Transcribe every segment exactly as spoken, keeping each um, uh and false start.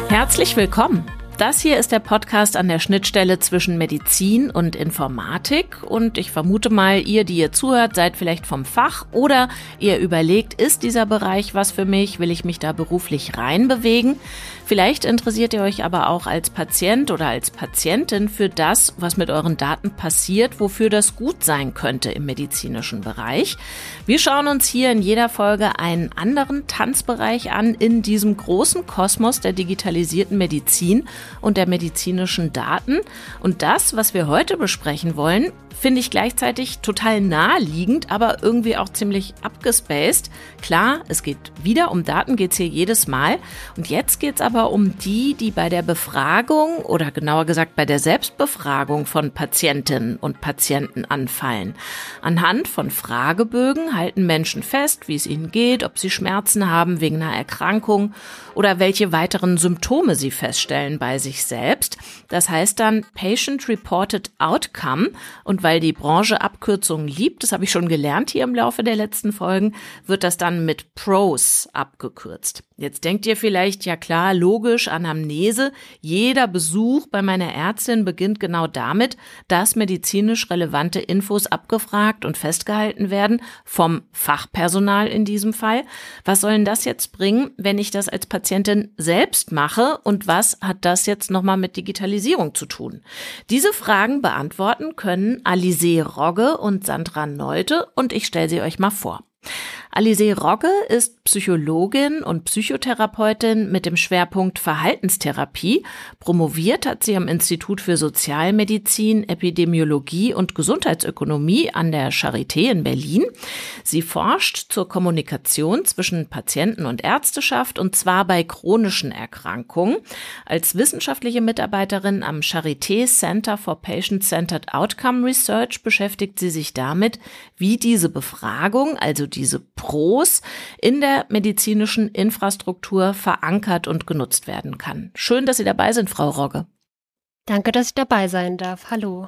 Herzlich willkommen. Das hier ist der Podcast an der Schnittstelle zwischen Medizin und Informatik und ich vermute mal, ihr, die ihr zuhört, seid vielleicht vom Fach oder ihr überlegt, ist dieser Bereich was für mich, will ich mich da beruflich reinbewegen? Vielleicht interessiert ihr euch aber auch als Patient oder als Patientin für das, was mit euren Daten passiert, wofür das gut sein könnte im medizinischen Bereich. Wir schauen uns hier in jeder Folge einen anderen Tanzbereich an in diesem großen Kosmos der digitalisierten Medizin und der medizinischen Daten. Und das, was wir heute besprechen wollen, finde ich gleichzeitig total naheliegend, aber irgendwie auch ziemlich abgespaced. Klar, es geht wieder um Daten, geht es hier jedes Mal. Und jetzt geht es aber um die, die bei der Befragung oder genauer gesagt bei der Selbstbefragung von Patientinnen und Patienten anfallen. Anhand von Fragebögen halten Menschen fest, wie es ihnen geht, ob sie Schmerzen haben wegen einer Erkrankung oder welche weiteren Symptome sie feststellen bei sich selbst. Das heißt dann Patient-Reported Outcome. Und weil die Branche Abkürzungen liebt, das habe ich schon gelernt hier im Laufe der letzten Folgen, wird das dann mit P R O S abgekürzt. Jetzt denkt ihr vielleicht, ja klar, logisch, Anamnese. Jeder Besuch bei meiner Ärztin beginnt genau damit, dass medizinisch relevante Infos abgefragt und festgehalten werden, vom Fachpersonal in diesem Fall. Was soll denn das jetzt bringen, wenn ich das als Patientin selbst mache? Und was hat das jetzt nochmal mit Digitalisierung zu tun? Diese Fragen beantworten können Alizée Rogge und Sandra Neute und ich stelle sie euch mal vor. Alizée Rogge ist Psychologin und Psychotherapeutin mit dem Schwerpunkt Verhaltenstherapie. Promoviert hat sie am Institut für Sozialmedizin, Epidemiologie und Gesundheitsökonomie an der Charité in Berlin. Sie forscht zur Kommunikation zwischen Patienten und Ärzteschaft und zwar bei chronischen Erkrankungen. Als wissenschaftliche Mitarbeiterin am Charité Center for Patient-Centered Outcome Research beschäftigt sie sich damit, wie diese Befragung, also diese P R O S, in der medizinischen Infrastruktur verankert und genutzt werden kann. Schön, dass Sie dabei sind, Frau Rogge. Danke, dass ich dabei sein darf. Hallo.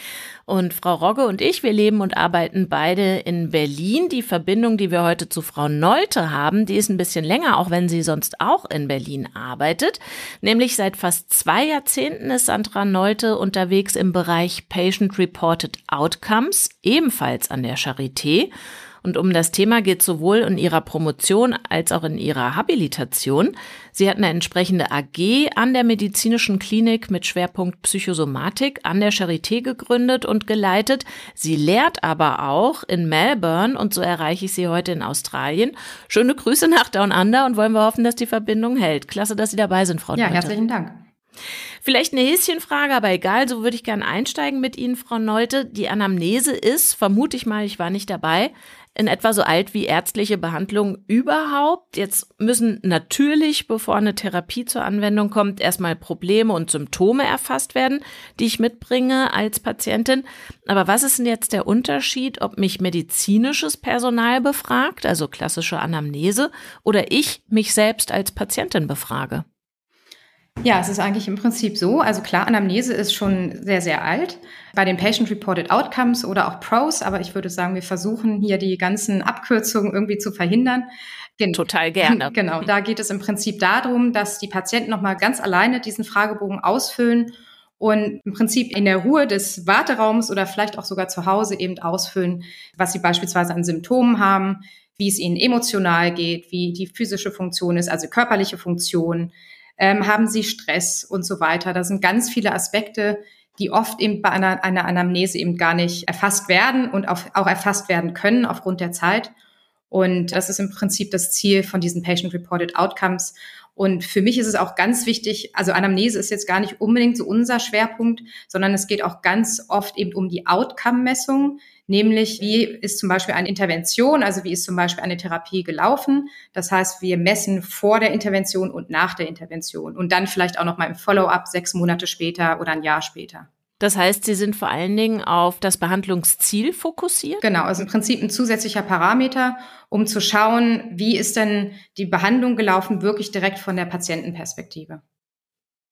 Und Frau Rogge und ich, wir leben und arbeiten beide in Berlin. Die Verbindung, die wir heute zu Frau Neute haben, die ist ein bisschen länger, auch wenn sie sonst auch in Berlin arbeitet. Nämlich seit fast zwei Jahrzehnten ist Sandra Neute unterwegs im Bereich Patient-Reported Outcomes, ebenfalls an der Charité. Und um das Thema geht es sowohl in ihrer Promotion als auch in ihrer Habilitation. Sie hat eine entsprechende A G an der medizinischen Klinik mit Schwerpunkt Psychosomatik an der Charité gegründet und geleitet. Sie lehrt aber auch in Melbourne und so erreiche ich sie heute in Australien. Schöne Grüße nach Down Under und wollen wir hoffen, dass die Verbindung hält. Klasse, dass Sie dabei sind, Frau Neute. Ja, herzlichen Dank. Vielleicht eine Häschenfrage, aber egal, so würde ich gerne einsteigen mit Ihnen, Frau Neute. Die Anamnese ist, vermute ich mal, ich war nicht dabei, in etwa so alt wie ärztliche Behandlung überhaupt. Jetzt müssen natürlich, bevor eine Therapie zur Anwendung kommt, erstmal Probleme und Symptome erfasst werden, die ich mitbringe als Patientin. Aber was ist denn jetzt der Unterschied, ob mich medizinisches Personal befragt, also klassische Anamnese, oder ich mich selbst als Patientin befrage? Ja, es ist eigentlich im Prinzip so. Also klar, Anamnese ist schon sehr, sehr alt. Bei den Patient-Reported Outcomes oder auch P R O S, aber ich würde sagen, wir versuchen hier die ganzen Abkürzungen irgendwie zu verhindern. Gen- Total gerne. Genau, da geht es im Prinzip darum, dass die Patienten nochmal ganz alleine diesen Fragebogen ausfüllen und im Prinzip in der Ruhe des Warteraums oder vielleicht auch sogar zu Hause eben ausfüllen, was sie beispielsweise an Symptomen haben, wie es ihnen emotional geht, wie die physische Funktion ist, also körperliche Funktion. Ähm, haben sie Stress und so weiter. Da sind ganz viele Aspekte, die oft eben bei einer, einer Anamnese eben gar nicht erfasst werden und auch, auch erfasst werden können aufgrund der Zeit. Und das ist im Prinzip das Ziel von diesen Patient-Reported Outcomes. Und für mich ist es auch ganz wichtig, also Anamnese ist jetzt gar nicht unbedingt so unser Schwerpunkt, sondern es geht auch ganz oft eben um die Outcome-Messung, nämlich wie ist zum Beispiel eine Intervention, also wie ist zum Beispiel eine Therapie gelaufen. Das heißt, wir messen vor der Intervention und nach der Intervention und dann vielleicht auch noch mal im Follow-up sechs Monate später oder ein Jahr später. Das heißt, Sie sind vor allen Dingen auf das Behandlungsziel fokussiert? Genau, also im Prinzip ein zusätzlicher Parameter, um zu schauen, wie ist denn die Behandlung gelaufen, wirklich direkt von der Patientenperspektive.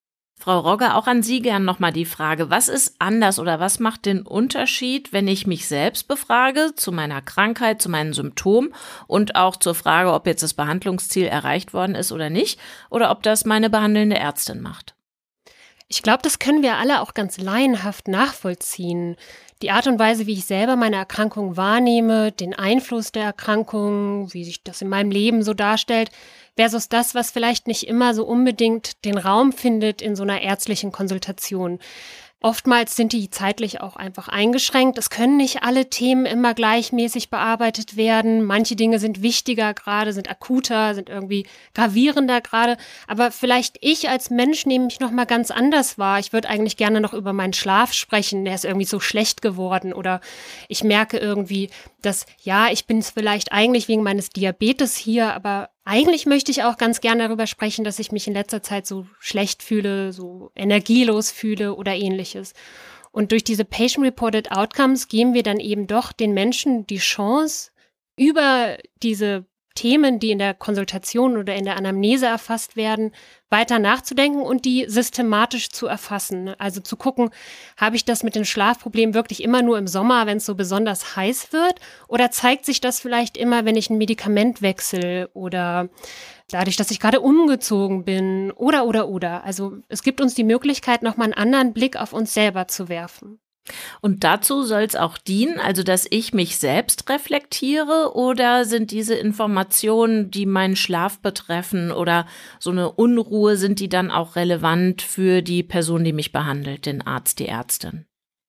Frau Rogge, auch an Sie gern nochmal die Frage, was ist anders oder was macht den Unterschied, wenn ich mich selbst befrage zu meiner Krankheit, zu meinen Symptomen und auch zur Frage, ob jetzt das Behandlungsziel erreicht worden ist oder nicht oder ob das meine behandelnde Ärztin macht? Ich glaube, das können wir alle auch ganz laienhaft nachvollziehen. Die Art und Weise, wie ich selber meine Erkrankung wahrnehme, den Einfluss der Erkrankung, wie sich das in meinem Leben so darstellt, versus das, was vielleicht nicht immer so unbedingt den Raum findet in so einer ärztlichen Konsultation. Oftmals sind die zeitlich auch einfach eingeschränkt. Es können nicht alle Themen immer gleichmäßig bearbeitet werden. Manche Dinge sind wichtiger gerade, sind akuter, sind irgendwie gravierender gerade. Aber vielleicht ich als Mensch nehme mich nochmal ganz anders wahr. Ich würde eigentlich gerne noch über meinen Schlaf sprechen. Der ist irgendwie so schlecht geworden. Oder ich merke irgendwie, dass, ja, ich bin es vielleicht eigentlich wegen meines Diabetes hier, aber eigentlich möchte ich auch ganz gerne darüber sprechen, dass ich mich in letzter Zeit so schlecht fühle, so energielos fühle oder ähnliches. Und durch diese Patient-Reported Outcomes geben wir dann eben doch den Menschen die Chance, über diese Themen, die in der Konsultation oder in der Anamnese erfasst werden, weiter nachzudenken und die systematisch zu erfassen. Also zu gucken, habe ich das mit dem Schlafproblem wirklich immer nur im Sommer, wenn es so besonders heiß wird? Oder zeigt sich das vielleicht immer, wenn ich ein Medikament wechsle oder dadurch, dass ich gerade umgezogen bin oder, oder, oder. Also es gibt uns die Möglichkeit, nochmal einen anderen Blick auf uns selber zu werfen. Und dazu soll es auch dienen, also dass ich mich selbst reflektiere, oder sind diese Informationen, die meinen Schlaf betreffen oder so eine Unruhe, sind die dann auch relevant für die Person, die mich behandelt, den Arzt, die Ärztin?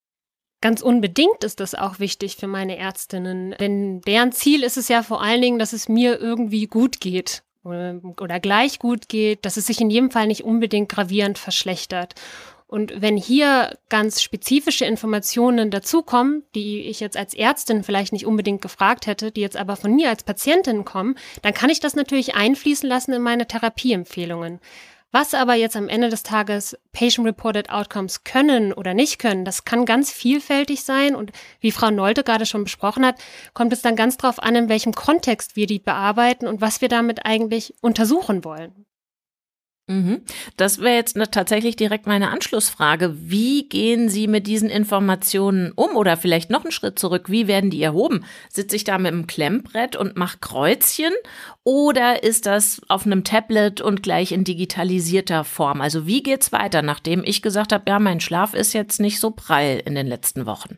Ganz unbedingt ist das auch wichtig für meine Ärztinnen, denn deren Ziel ist es ja vor allen Dingen, dass es mir irgendwie gut geht oder, oder gleich gut geht, dass es sich in jedem Fall nicht unbedingt gravierend verschlechtert. Und wenn hier ganz spezifische Informationen dazukommen, die ich jetzt als Ärztin vielleicht nicht unbedingt gefragt hätte, die jetzt aber von mir als Patientin kommen, dann kann ich das natürlich einfließen lassen in meine Therapieempfehlungen. Was aber jetzt am Ende des Tages Patient-Reported Outcomes können oder nicht können, das kann ganz vielfältig sein. Und wie Frau Nolte gerade schon besprochen hat, kommt es dann ganz drauf an, in welchem Kontext wir die bearbeiten und was wir damit eigentlich untersuchen wollen. Mhm. Das wäre jetzt ne, tatsächlich direkt meine Anschlussfrage. Wie gehen Sie mit diesen Informationen um? Oder vielleicht noch einen Schritt zurück, wie werden die erhoben? Sitze ich da mit einem Klemmbrett und mache Kreuzchen? Oder ist das auf einem Tablet und gleich in digitalisierter Form? Also wie geht's weiter, nachdem ich gesagt habe, ja, mein Schlaf ist jetzt nicht so prall in den letzten Wochen?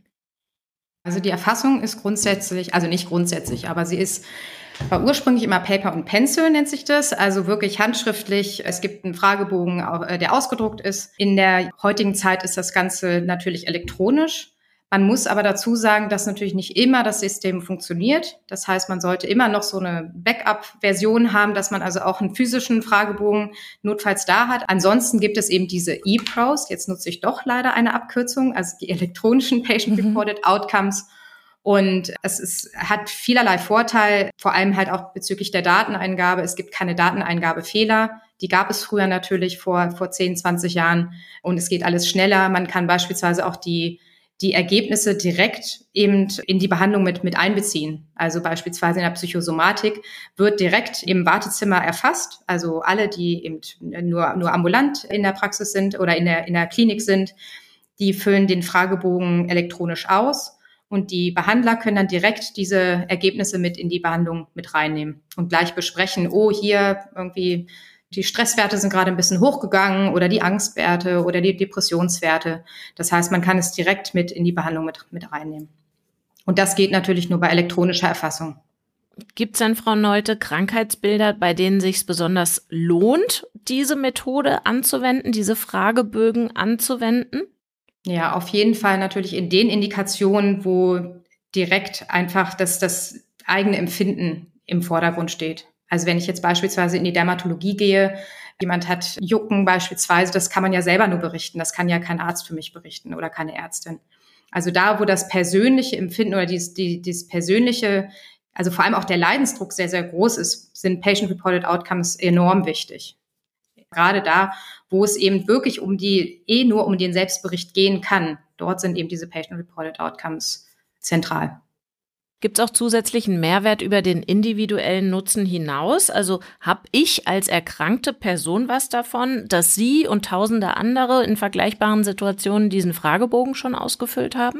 Also die Erfassung ist grundsätzlich, also nicht grundsätzlich, aber sie ist war ursprünglich immer Paper und Pencil, nennt sich das, also wirklich handschriftlich. Es gibt einen Fragebogen, der ausgedruckt ist. In der heutigen Zeit ist das Ganze natürlich elektronisch. Man muss aber dazu sagen, dass natürlich nicht immer das System funktioniert. Das heißt, man sollte immer noch so eine Backup-Version haben, dass man also auch einen physischen Fragebogen notfalls da hat. Ansonsten gibt es eben diese E-Pros. Jetzt nutze ich doch leider eine Abkürzung, also die elektronischen Patient-Reported Outcomes. Und es ist, hat vielerlei Vorteil, vor allem halt auch bezüglich der Dateneingabe. Es gibt keine Dateneingabefehler. Die gab es früher natürlich vor, vor zehn, zwanzig Jahren. Und es geht alles schneller. Man kann beispielsweise auch die, die Ergebnisse direkt eben in die Behandlung mit, mit einbeziehen. Also beispielsweise in der Psychosomatik wird direkt im Wartezimmer erfasst. Also alle, die eben nur, nur ambulant in der Praxis sind oder in der, in der Klinik sind, die füllen den Fragebogen elektronisch aus. Und die Behandler können dann direkt diese Ergebnisse mit in die Behandlung mit reinnehmen und gleich besprechen, oh, hier irgendwie die Stresswerte sind gerade ein bisschen hochgegangen oder die Angstwerte oder die Depressionswerte. Das heißt, man kann es direkt mit in die Behandlung mit, mit reinnehmen. Und das geht natürlich nur bei elektronischer Erfassung. Gibt es denn, Frau Nolte, Krankheitsbilder, bei denen sich es besonders lohnt, diese Methode anzuwenden, diese Fragebögen anzuwenden? Ja, auf jeden Fall natürlich in den Indikationen, wo direkt einfach das, das eigene Empfinden im Vordergrund steht. Also wenn ich jetzt beispielsweise in die Dermatologie gehe, jemand hat Jucken beispielsweise, das kann man ja selber nur berichten. Das kann ja kein Arzt für mich berichten oder keine Ärztin. Also da, wo das persönliche Empfinden oder dieses, die, dieses persönliche, also vor allem auch der Leidensdruck sehr, sehr groß ist, sind Patient-Reported Outcomes enorm wichtig. Gerade da, wo es eben wirklich um die, eh nur um den Selbstbericht gehen kann, dort sind eben diese Patient-Reported Outcomes zentral. Gibt es auch zusätzlichen Mehrwert über den individuellen Nutzen hinaus? Also habe ich als erkrankte Person was davon, dass Sie und tausende andere in vergleichbaren Situationen diesen Fragebogen schon ausgefüllt haben?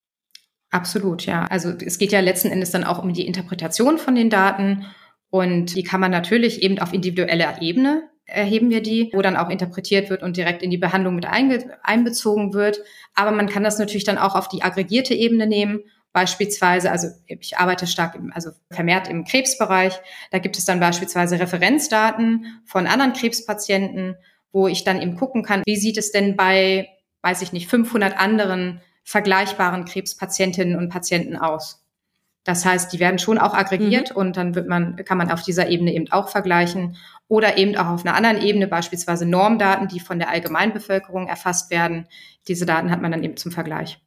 Absolut, ja. Also es geht ja letzten Endes dann auch um die Interpretation von den Daten und die kann man natürlich eben auf individueller Ebene erheben wir die, wo dann auch interpretiert wird und direkt in die Behandlung mit einge- einbezogen wird. Aber man kann das natürlich dann auch auf die aggregierte Ebene nehmen. Beispielsweise, also ich arbeite stark, im, also vermehrt im Krebsbereich. Da gibt es dann beispielsweise Referenzdaten von anderen Krebspatienten, wo ich dann eben gucken kann, wie sieht es denn bei, weiß ich nicht, fünfhundert anderen vergleichbaren Krebspatientinnen und Patienten aus. Das heißt, die werden schon auch aggregiert mhm. und dann wird man, kann man auf dieser Ebene eben auch vergleichen oder eben auch auf einer anderen Ebene, beispielsweise Normdaten, die von der Allgemeinbevölkerung erfasst werden. Diese Daten hat man dann eben zum Vergleich.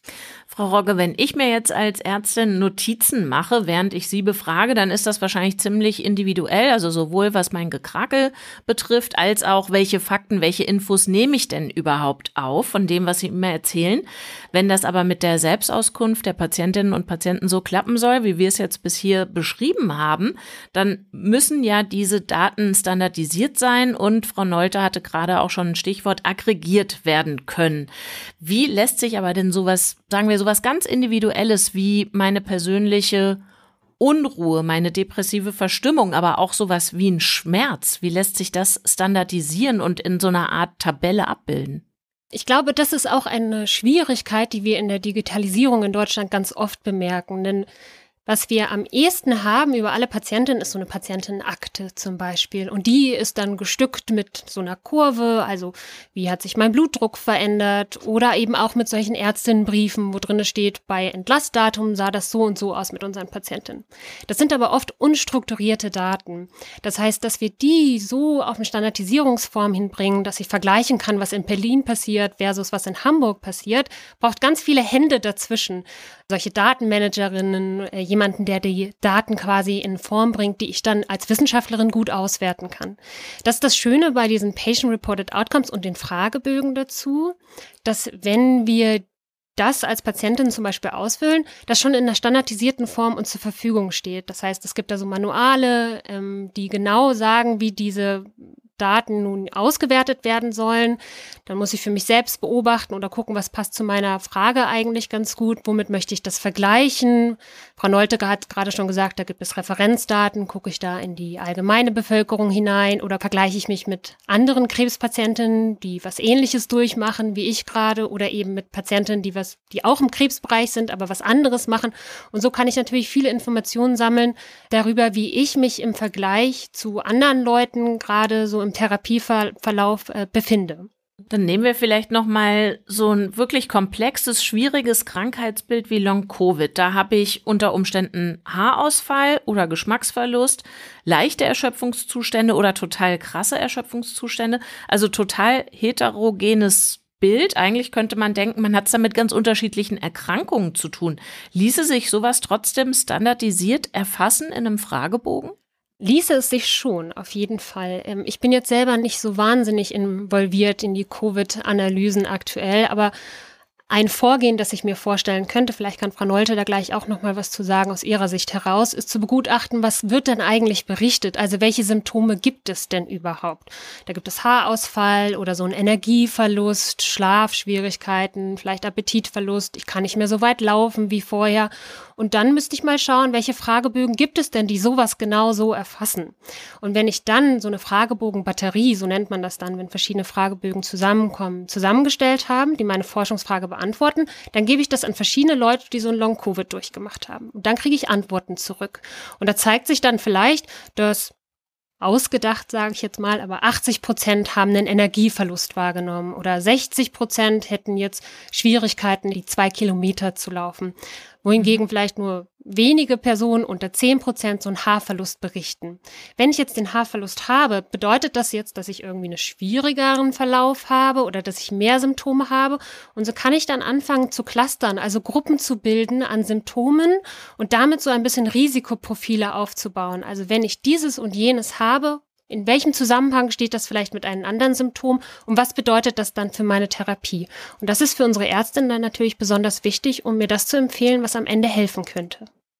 Frau Rogge, wenn ich mir jetzt als Ärztin Notizen mache, während ich Sie befrage, dann ist das wahrscheinlich ziemlich individuell, also sowohl was mein Gekrakel betrifft, als auch welche Fakten, welche Infos nehme ich denn überhaupt auf von dem, was Sie mir erzählen. Wenn das aber mit der Selbstauskunft der Patientinnen und Patienten so klappen soll, wie wir es jetzt bis hier beschrieben haben, dann müssen ja diese Daten standardisiert sein und Frau Nolte hatte gerade auch schon ein Stichwort aggregiert werden können. Wie lässt sich aber denn sowas, sagen wir sowas ganz Individuelles wie meine persönliche Unruhe, meine depressive Verstimmung, aber auch sowas wie ein Schmerz, wie lässt sich das standardisieren und in so einer Art Tabelle abbilden? Ich glaube, das ist auch eine Schwierigkeit, die wir in der Digitalisierung in Deutschland ganz oft bemerken, denn was wir am ehesten haben über alle Patientinnen ist so eine Patientenakte zum Beispiel. Und die ist dann gestückt mit so einer Kurve, also wie hat sich mein Blutdruck verändert oder eben auch mit solchen Ärztinnenbriefen, wo drin steht, bei Entlassdatum sah das so und so aus mit unseren Patientinnen. Das sind aber oft unstrukturierte Daten. Das heißt, dass wir die so auf eine Standardisierungsform hinbringen, dass ich vergleichen kann, was in Berlin passiert versus was in Hamburg passiert, braucht ganz viele Hände dazwischen. Solche Datenmanagerinnen, äh, jemanden, der die Daten quasi in Form bringt, die ich dann als Wissenschaftlerin gut auswerten kann. Das ist das Schöne bei diesen Patient-Reported Outcomes und den Fragebögen dazu, dass wenn wir das als Patientin zum Beispiel ausfüllen, das schon in einer standardisierten Form uns zur Verfügung steht. Das heißt, es gibt da so Manuale, ähm, die genau sagen, wie diese Daten nun ausgewertet werden sollen. Dann muss ich für mich selbst beobachten oder gucken, was passt zu meiner Frage eigentlich ganz gut. Womit möchte ich das vergleichen? Frau Nolte hat gerade schon gesagt, da gibt es Referenzdaten. Gucke ich da in die allgemeine Bevölkerung hinein oder vergleiche ich mich mit anderen Krebspatientinnen, die was Ähnliches durchmachen wie ich gerade oder eben mit Patientinnen, die was, die auch im Krebsbereich sind, aber was anderes machen. Und so kann ich natürlich viele Informationen sammeln darüber, wie ich mich im Vergleich zu anderen Leuten gerade so im Therapieverlauf äh, befinde. Dann nehmen wir vielleicht noch mal so ein wirklich komplexes, schwieriges Krankheitsbild wie Long-Covid. Da habe ich unter Umständen Haarausfall oder Geschmacksverlust, leichte Erschöpfungszustände oder total krasse Erschöpfungszustände. Also total heterogenes Bild. Eigentlich könnte man denken, man hat es da mit ganz unterschiedlichen Erkrankungen zu tun. Ließe sich sowas trotzdem standardisiert erfassen in einem Fragebogen? Ließe es sich schon, auf jeden Fall. Ich bin jetzt selber nicht so wahnsinnig involviert in die Covid-Analysen aktuell, aber ein Vorgehen, das ich mir vorstellen könnte, vielleicht kann Frau Nolte da gleich auch noch mal was zu sagen aus ihrer Sicht heraus, ist zu begutachten, was wird denn eigentlich berichtet? Also welche Symptome gibt es denn überhaupt? Da gibt es Haarausfall oder so einen Energieverlust, Schlafschwierigkeiten, vielleicht Appetitverlust, ich kann nicht mehr so weit laufen wie vorher. Und dann müsste ich mal schauen, welche Fragebögen gibt es denn, die sowas genau so erfassen. Und wenn ich dann so eine Fragebogenbatterie, so nennt man das dann, wenn verschiedene Fragebögen zusammenkommen, zusammengestellt haben, die meine Forschungsfrage beantworten, dann gebe ich das an verschiedene Leute, die so ein Long-Covid durchgemacht haben. Und dann kriege ich Antworten zurück. Und da zeigt sich dann vielleicht, dass ausgedacht, sage ich jetzt mal, aber achtzig Prozent haben einen Energieverlust wahrgenommen oder sechzig Prozent hätten jetzt Schwierigkeiten, die zwei Kilometer zu laufen. Wohingegen vielleicht nur wenige Personen unter zehn Prozent so einen Haarverlust berichten. Wenn ich jetzt den Haarverlust habe, bedeutet das jetzt, dass ich irgendwie einen schwierigeren Verlauf habe oder dass ich mehr Symptome habe? Und so kann ich dann anfangen zu clustern, also Gruppen zu bilden an Symptomen und damit so ein bisschen Risikoprofile aufzubauen. Also wenn ich dieses und jenes habe, in welchem Zusammenhang steht das vielleicht mit einem anderen Symptom und was bedeutet das dann für meine Therapie? Und das ist für unsere Ärztin dann natürlich besonders wichtig, um mir das zu empfehlen, was am Ende helfen könnte.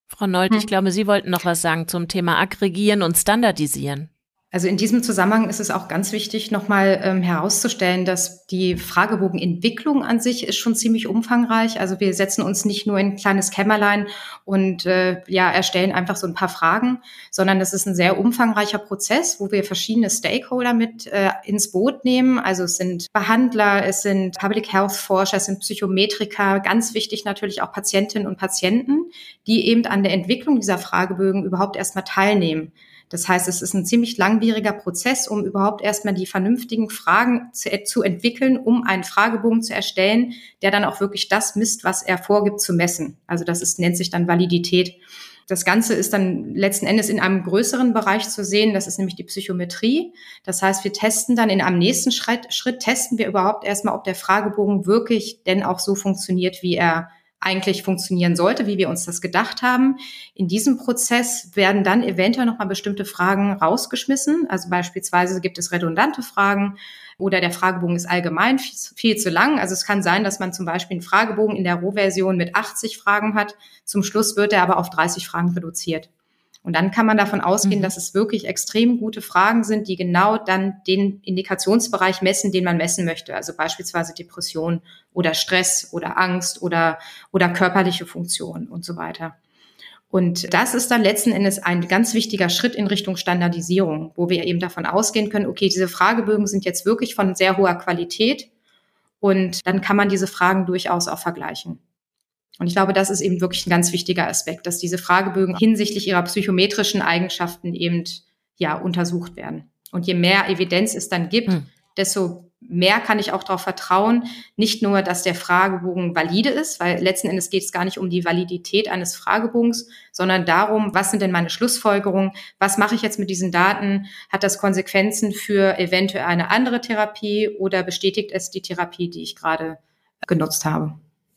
Frau Nold, hm. ich glaube, Sie wollten noch was sagen zum Thema Aggregieren und Standardisieren. Also in diesem Zusammenhang ist es auch ganz wichtig, nochmal ähm, herauszustellen, dass die Fragebogenentwicklung an sich ist schon ziemlich umfangreich. Also wir setzen uns nicht nur in ein kleines Kämmerlein und äh, ja erstellen einfach so ein paar Fragen, sondern das ist ein sehr umfangreicher Prozess, wo wir verschiedene Stakeholder mit äh, ins Boot nehmen. Also es sind Behandler, es sind Public Health Forscher, es sind Psychometriker, ganz wichtig natürlich auch Patientinnen und Patienten, die eben an der Entwicklung dieser Fragebögen überhaupt erstmal teilnehmen. Das heißt, es ist ein ziemlich langwieriger Prozess, um überhaupt erstmal die vernünftigen Fragen zu, zu entwickeln, um einen Fragebogen zu erstellen, der dann auch wirklich das misst, was er vorgibt zu messen. Also das ist, nennt sich dann Validität. Das Ganze ist dann letzten Endes in einem größeren Bereich zu sehen. Das ist nämlich die Psychometrie. Das heißt, wir testen dann in einem nächsten Schritt, Schritt testen wir überhaupt erstmal, ob der Fragebogen wirklich denn auch so funktioniert, wie er eigentlich funktionieren sollte, wie wir uns das gedacht haben. In diesem Prozess werden dann eventuell nochmal bestimmte Fragen rausgeschmissen. Also beispielsweise gibt es redundante Fragen oder der Fragebogen ist allgemein viel, viel zu lang. Also es kann sein, dass man zum Beispiel einen Fragebogen in der Rohversion mit achtzig Fragen hat. Zum Schluss wird er aber auf dreißig Fragen reduziert. Und dann kann man davon ausgehen, mhm. dass es wirklich extrem gute Fragen sind, die genau dann den Indikationsbereich messen, den man messen möchte. Also beispielsweise Depression oder Stress oder Angst oder, oder körperliche Funktion und so weiter. Und das ist dann letzten Endes ein ganz wichtiger Schritt in Richtung Standardisierung, wo wir eben davon ausgehen können, okay, diese Fragebögen sind jetzt wirklich von sehr hoher Qualität und dann kann man diese Fragen durchaus auch vergleichen. Und ich glaube, das ist eben wirklich ein ganz wichtiger Aspekt, dass diese Fragebögen hinsichtlich ihrer psychometrischen Eigenschaften eben ja untersucht werden. Und je mehr Evidenz es dann gibt, hm. desto mehr kann ich auch darauf vertrauen, nicht nur, dass der Fragebogen valide ist, weil letzten Endes geht es gar nicht um die Validität eines Fragebogens, sondern darum, was sind denn meine Schlussfolgerungen, was mache ich jetzt mit diesen Daten, hat das Konsequenzen für eventuell eine andere Therapie oder bestätigt es die Therapie, die ich gerade genutzt habe.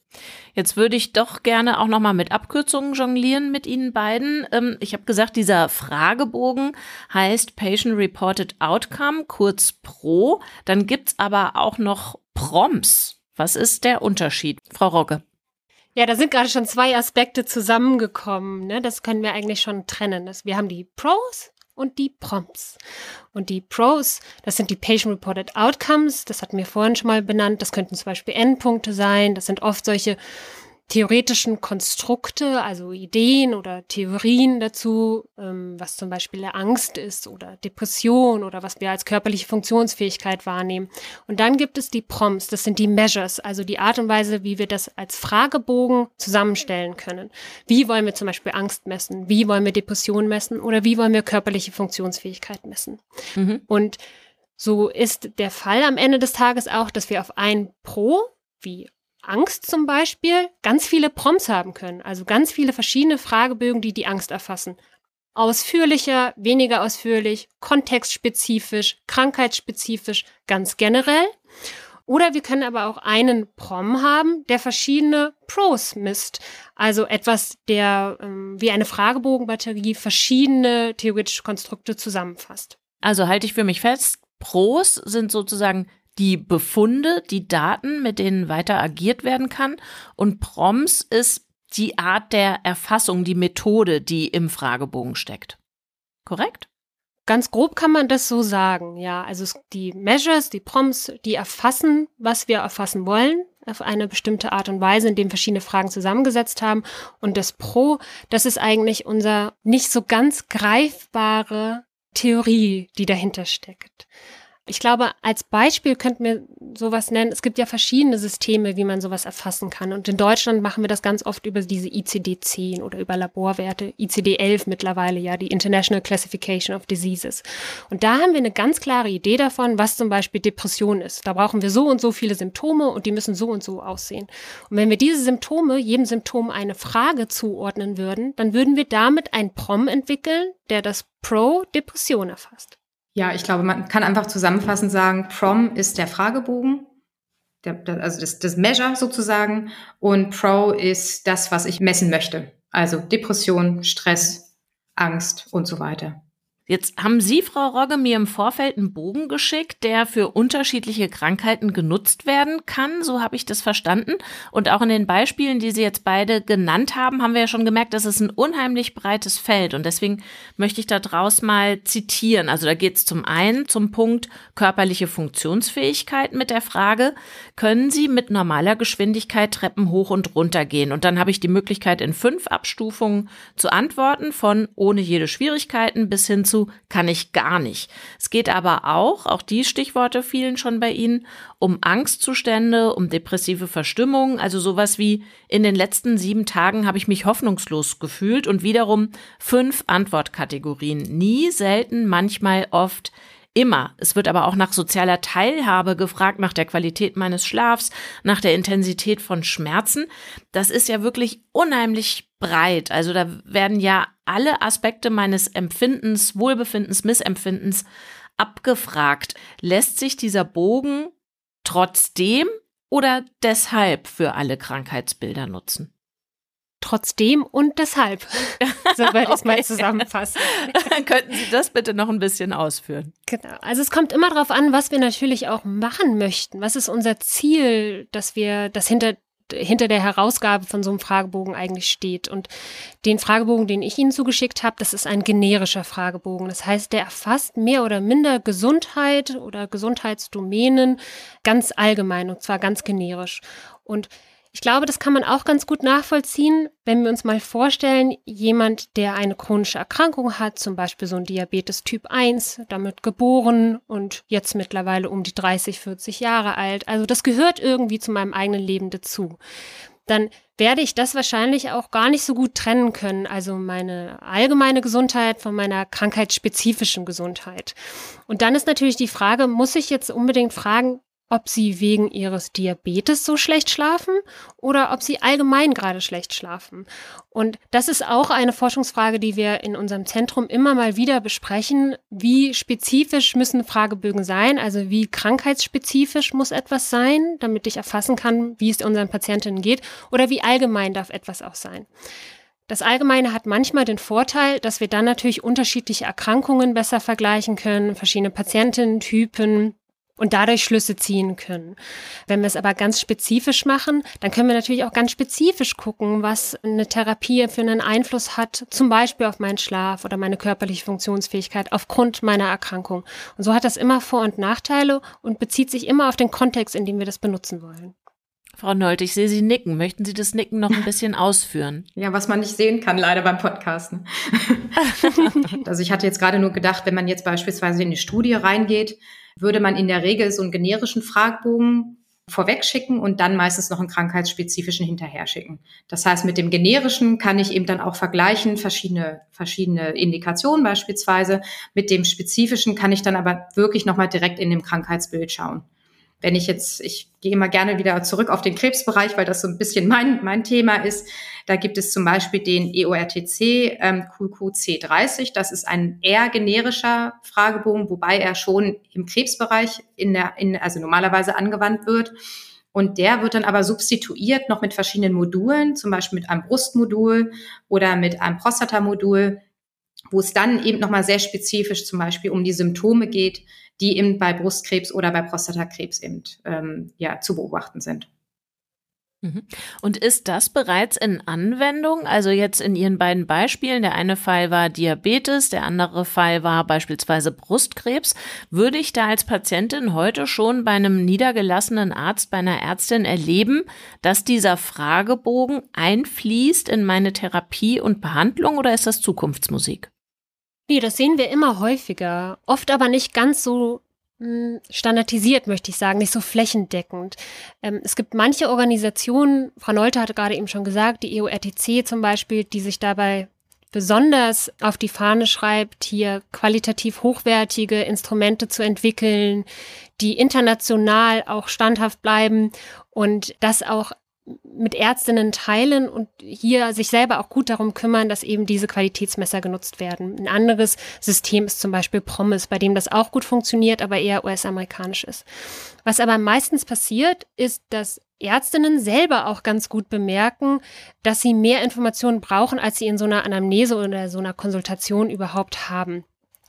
Jetzt würde ich doch gerne auch noch mal mit Abkürzungen jonglieren mit Ihnen beiden. Ich habe gesagt, dieser Fragebogen heißt Patient Reported Outcome, kurz P R O. Dann gibt's aber auch noch P R O M S. Was ist der Unterschied, Frau Rogge? Ja, da sind gerade schon zwei Aspekte zusammengekommen. Ne? Das können wir eigentlich schon trennen. Das, wir haben die Pros und die P R O M S. Und die Pros, das sind die Patient-Reported Outcomes, das hatten wir vorhin schon mal benannt, das könnten zum Beispiel Endpunkte sein, das sind oft solche theoretischen Konstrukte, also Ideen oder Theorien dazu, ähm, was zum Beispiel Angst ist oder Depression oder was wir als körperliche Funktionsfähigkeit wahrnehmen. Und dann gibt es die P R O M S, das sind die Measures, also die Art und Weise, wie wir das als Fragebogen zusammenstellen können. Wie wollen wir zum Beispiel Angst messen? Wie wollen wir Depression messen? Oder wie wollen wir körperliche Funktionsfähigkeit messen? Mhm. Und so ist der Fall am Ende des Tages auch, dass wir auf ein Pro, wie Angst zum Beispiel, ganz viele P R O M S haben können, also ganz viele verschiedene Fragebögen, die die Angst erfassen. Ausführlicher, weniger ausführlich, kontextspezifisch, krankheitsspezifisch, ganz generell. Oder wir können aber auch einen P R O M haben, der verschiedene Pros misst. Also etwas, der ähm, wie eine Fragebogenbatterie verschiedene theoretische Konstrukte zusammenfasst. Also halte ich für mich fest, Pros sind sozusagen die Befunde, die Daten, mit denen weiter agiert werden kann. Und P R O M S ist die Art der Erfassung, die Methode, die im Fragebogen steckt. Korrekt? Ganz grob kann man das so sagen, ja. Also die Measures, die P R O M S, die erfassen, was wir erfassen wollen, auf eine bestimmte Art und Weise, indem verschiedene Fragen zusammengesetzt haben. Und das Pro, das ist eigentlich unser nicht so ganz greifbare Theorie, die dahinter steckt. Ich glaube, als Beispiel könnten wir sowas nennen. Es gibt ja verschiedene Systeme, wie man sowas erfassen kann. Und in Deutschland machen wir das ganz oft über diese I C D zehn oder über Laborwerte, I C D elf mittlerweile, ja, die International Classification of Diseases. Und da haben wir eine ganz klare Idee davon, was zum Beispiel Depression ist. Da brauchen wir so und so viele Symptome und die müssen so und so aussehen. Und wenn wir diese Symptome, jedem Symptom eine Frage zuordnen würden, dann würden wir damit ein P R O M entwickeln, der das Pro Depression erfasst. Ja, ich glaube, man kann einfach zusammenfassend sagen, P R O M ist der Fragebogen, der, der, also das, das Measure sozusagen, und P R O ist das, was ich messen möchte. Also Depression, Stress, Angst und so weiter. Jetzt haben Sie, Frau Rogge, mir im Vorfeld einen Bogen geschickt, der für unterschiedliche Krankheiten genutzt werden kann. So habe ich das verstanden. Und auch in den Beispielen, die Sie jetzt beide genannt haben, haben wir ja schon gemerkt, das ist ein unheimlich breites Feld. Und deswegen möchte ich da draus mal zitieren. Also da geht es zum einen zum Punkt körperliche Funktionsfähigkeit mit der Frage, können Sie mit normaler Geschwindigkeit Treppen hoch und runter gehen? Und dann habe ich die Möglichkeit, in fünf Abstufungen zu antworten, von ohne jede Schwierigkeiten bis hin zu kann ich gar nicht. Es geht aber auch, auch die Stichworte fielen schon bei Ihnen, um Angstzustände, um depressive Verstimmung, also sowas wie in den letzten sieben Tagen habe ich mich hoffnungslos gefühlt und wiederum fünf Antwortkategorien. Nie, selten, manchmal, oft, immer. Es wird aber auch nach sozialer Teilhabe gefragt, nach der Qualität meines Schlafs, nach der Intensität von Schmerzen. Das ist ja wirklich unheimlich breit. Also da werden ja alle Aspekte meines Empfindens, Wohlbefindens, Missempfindens abgefragt. Lässt sich dieser Bogen trotzdem oder deshalb für alle Krankheitsbilder nutzen? Trotzdem und deshalb. So würde ich es mal zusammenfassen. Könnten Sie das bitte noch ein bisschen ausführen? Genau. Also es kommt immer darauf an, was wir natürlich auch machen möchten. Was ist unser Ziel, dass wir das hinter hinter der Herausgabe von so einem Fragebogen eigentlich steht. Und den Fragebogen, den ich Ihnen zugeschickt habe, das ist ein generischer Fragebogen. Das heißt, der erfasst mehr oder minder Gesundheit oder Gesundheitsdomänen ganz allgemein und zwar ganz generisch. Und ich glaube, das kann man auch ganz gut nachvollziehen, wenn wir uns mal vorstellen, jemand, der eine chronische Erkrankung hat, zum Beispiel so ein Diabetes Typ eins, damit geboren und jetzt mittlerweile um die dreißig, vierzig Jahre alt. Also das gehört irgendwie zu meinem eigenen Leben dazu. Dann werde ich das wahrscheinlich auch gar nicht so gut trennen können, also meine allgemeine Gesundheit von meiner krankheitsspezifischen Gesundheit. Und dann ist natürlich die Frage, muss ich jetzt unbedingt fragen, ob sie wegen ihres Diabetes so schlecht schlafen oder ob sie allgemein gerade schlecht schlafen. Und das ist auch eine Forschungsfrage, die wir in unserem Zentrum immer mal wieder besprechen. Wie spezifisch müssen Fragebögen sein? Also wie krankheitsspezifisch muss etwas sein, damit ich erfassen kann, wie es unseren Patientinnen geht? Oder wie allgemein darf etwas auch sein? Das Allgemeine hat manchmal den Vorteil, dass wir dann natürlich unterschiedliche Erkrankungen besser vergleichen können, verschiedene Patientinnen-Typen, und dadurch Schlüsse ziehen können. Wenn wir es aber ganz spezifisch machen, dann können wir natürlich auch ganz spezifisch gucken, was eine Therapie für einen Einfluss hat, zum Beispiel auf meinen Schlaf oder meine körperliche Funktionsfähigkeit aufgrund meiner Erkrankung. Und so hat das immer Vor- und Nachteile und bezieht sich immer auf den Kontext, in dem wir das benutzen wollen. Frau Nold, ich sehe Sie nicken. Möchten Sie das Nicken noch ein bisschen ausführen? Ja, was man nicht sehen kann, leider beim Podcasten. Also ich hatte jetzt gerade nur gedacht, wenn man jetzt beispielsweise in die Studie reingeht, würde man in der Regel so einen generischen Fragebogen vorwegschicken und dann meistens noch einen krankheitsspezifischen hinterher schicken. Das heißt, mit dem generischen kann ich eben dann auch vergleichen, verschiedene, verschiedene Indikationen beispielsweise. Mit dem spezifischen kann ich dann aber wirklich nochmal direkt in dem Krankheitsbild schauen. Wenn ich jetzt, ich gehe immer gerne wieder zurück auf den Krebsbereich, weil das so ein bisschen mein, mein Thema ist. Da gibt es zum Beispiel den E O R T C ähm, Q Q C dreißig. Das ist ein eher generischer Fragebogen, wobei er schon im Krebsbereich in der, in, also normalerweise angewandt wird. Und der wird dann aber substituiert noch mit verschiedenen Modulen, zum Beispiel mit einem Brustmodul oder mit einem Prostatamodul, wo es dann eben nochmal sehr spezifisch zum Beispiel um die Symptome geht, die eben bei Brustkrebs oder bei Prostatakrebs eben ähm, ja, zu beobachten sind. Und ist das bereits in Anwendung? Also jetzt in Ihren beiden Beispielen, der eine Fall war Diabetes, der andere Fall war beispielsweise Brustkrebs. Würde ich da als Patientin heute schon bei einem niedergelassenen Arzt, bei einer Ärztin erleben, dass dieser Fragebogen einfließt in meine Therapie und Behandlung, oder ist das Zukunftsmusik? Nee, das sehen wir immer häufiger, oft aber nicht ganz so mh, standardisiert, möchte ich sagen, nicht so flächendeckend. Ähm, es gibt manche Organisationen, Frau Nolte hatte gerade eben schon gesagt, die E O R T C zum Beispiel, die sich dabei besonders auf die Fahne schreibt, hier qualitativ hochwertige Instrumente zu entwickeln, die international auch standhaft bleiben und das auch mit Ärztinnen teilen und hier sich selber auch gut darum kümmern, dass eben diese Qualitätsmesser genutzt werden. Ein anderes System ist zum Beispiel PROMIS, bei dem das auch gut funktioniert, aber eher U S-amerikanisch ist. Was aber meistens passiert, ist, dass Ärztinnen selber auch ganz gut bemerken, dass sie mehr Informationen brauchen, als sie in so einer Anamnese oder so einer Konsultation überhaupt haben.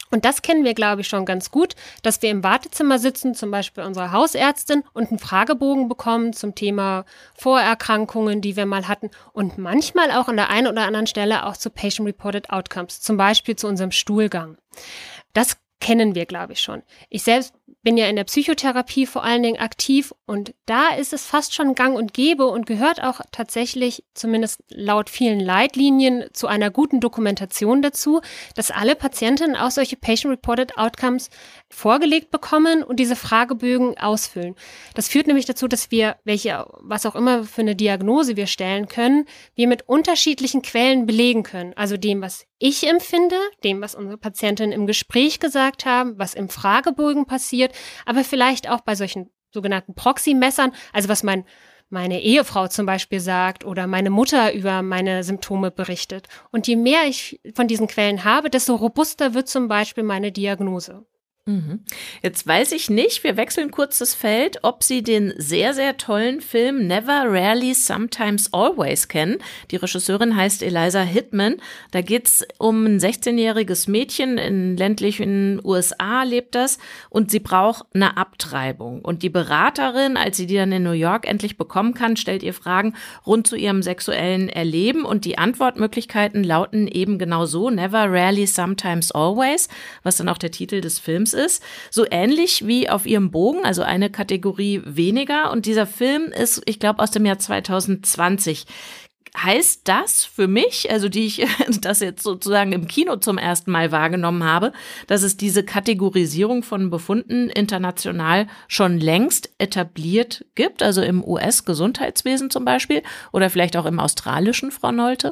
Und das kennen wir, glaube ich, schon ganz gut, dass wir im Wartezimmer sitzen, zum Beispiel unserer Hausärztin, und einen Fragebogen bekommen zum Thema Vorerkrankungen, die wir mal hatten, und manchmal auch an der einen oder anderen Stelle auch zu Patient-Reported Outcomes, zum Beispiel zu unserem Stuhlgang. Das kennen wir, glaube ich, schon. Ich selbst bin ja in der Psychotherapie vor allen Dingen aktiv und da ist es fast schon gang und gäbe und gehört auch tatsächlich, zumindest laut vielen Leitlinien, zu einer guten Dokumentation dazu, dass alle Patientinnen auch solche Patient-Reported Outcomes vorgelegt bekommen und diese Fragebögen ausfüllen. Das führt nämlich dazu, dass wir, welche, was auch immer für eine Diagnose wir stellen können, wir mit unterschiedlichen Quellen belegen können. Also dem, was ich empfinde, dem, was unsere Patientinnen im Gespräch gesagt haben, was im Fragebogen passiert, aber vielleicht auch bei solchen sogenannten Proxy-Messern, also was mein, meine Ehefrau zum Beispiel sagt oder meine Mutter über meine Symptome berichtet. Und je mehr ich von diesen Quellen habe, desto robuster wird zum Beispiel meine Diagnose. Jetzt weiß ich nicht, wir wechseln kurz das Feld, ob Sie den sehr, sehr tollen Film Never, Rarely, Sometimes, Always kennen. Die Regisseurin heißt Eliza Hittman. Da geht's um ein sechzehnjähriges Mädchen, in ländlichen U S A lebt das, und sie braucht eine Abtreibung. Und die Beraterin, als sie die dann in New York endlich bekommen kann, stellt ihr Fragen rund zu ihrem sexuellen Erleben, und die Antwortmöglichkeiten lauten eben genau so: Never, Rarely, Sometimes, Always, was dann auch der Titel des Films ist. ist, so ähnlich wie auf ihrem Bogen, also eine Kategorie weniger. Und dieser Film ist, ich glaube, aus dem Jahr zwanzig zwanzig. Heißt das für mich, also die ich das jetzt sozusagen im Kino zum ersten Mal wahrgenommen habe, dass es diese Kategorisierung von Befunden international schon längst etabliert gibt, also im U S-Gesundheitswesen zum Beispiel oder vielleicht auch im australischen, Frau Nolte?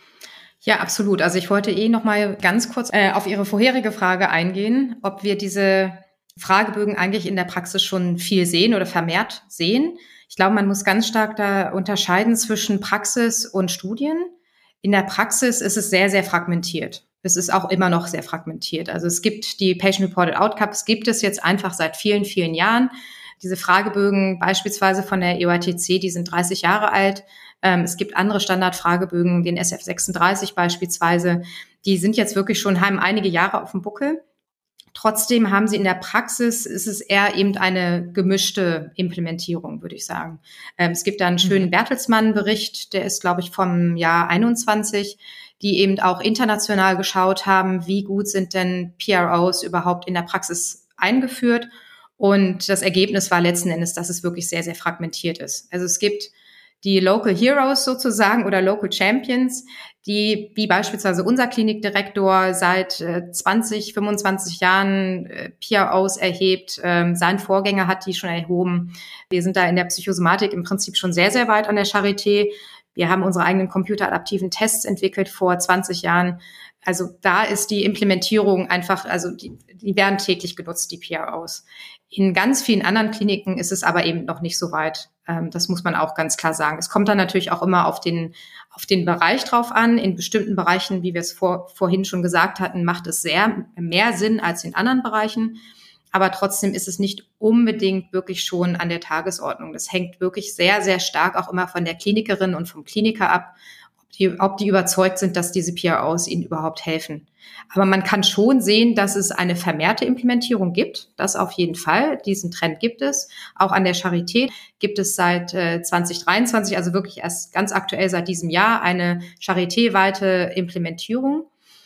Ja, absolut. Also ich wollte eh noch mal ganz kurz äh, auf Ihre vorherige Frage eingehen, ob wir diese Fragebögen eigentlich in der Praxis schon viel sehen oder vermehrt sehen. Ich glaube, man muss ganz stark da unterscheiden zwischen Praxis und Studien. In der Praxis ist es sehr, sehr fragmentiert. Es ist auch immer noch sehr fragmentiert. Also es gibt die Patient-Reported Outcomes, gibt es jetzt einfach seit vielen, vielen Jahren. Diese Fragebögen beispielsweise von der E O A T C, die sind dreißig Jahre alt. Ähm, es gibt andere Standardfragebögen, den S F sechsunddreißig beispielsweise. Die sind jetzt wirklich schon, haben einige Jahre auf dem Buckel. Trotzdem haben sie in der Praxis, ist es eher eben eine gemischte Implementierung, würde ich sagen. Ähm, es gibt da einen schönen Bertelsmann-Bericht, der ist, glaube ich, vom Jahr einundzwanzig, die eben auch international geschaut haben, wie gut sind denn P R Os überhaupt in der Praxis eingeführt. Und das Ergebnis war letzten Endes, dass es wirklich sehr, sehr fragmentiert ist. Also es gibt die Local Heroes sozusagen oder Local Champions, die, wie beispielsweise unser Klinikdirektor, seit äh, zwanzig, fünfundzwanzig Jahren äh, P R Os erhebt. Ähm, sein Vorgänger hat die schon erhoben. Wir sind da in der Psychosomatik im Prinzip schon sehr, sehr weit an der Charité. Wir haben unsere eigenen computeradaptiven Tests entwickelt vor zwanzig Jahren. Also da ist die Implementierung einfach, also die, die werden täglich genutzt, die P R Os. In ganz vielen anderen Kliniken ist es aber eben noch nicht so weit. Ähm, das muss man auch ganz klar sagen. Es kommt dann natürlich auch immer auf den, auf den Bereich drauf an. In bestimmten Bereichen, wie wir es vor, vorhin schon gesagt hatten, macht es sehr mehr Sinn als in anderen Bereichen. Aber trotzdem ist es nicht unbedingt wirklich schon an der Tagesordnung. Das hängt wirklich sehr, sehr stark auch immer von der Klinikerin und vom Kliniker ab, ob die, ob die überzeugt sind, dass diese P R Os ihnen überhaupt helfen. Aber man kann schon sehen, dass es eine vermehrte Implementierung gibt. Das auf jeden Fall. Diesen Trend gibt es. Auch an der Charité gibt es seit äh, zwanzig dreiundzwanzig, also wirklich erst ganz aktuell seit diesem Jahr, eine Charité-weite Implementierung.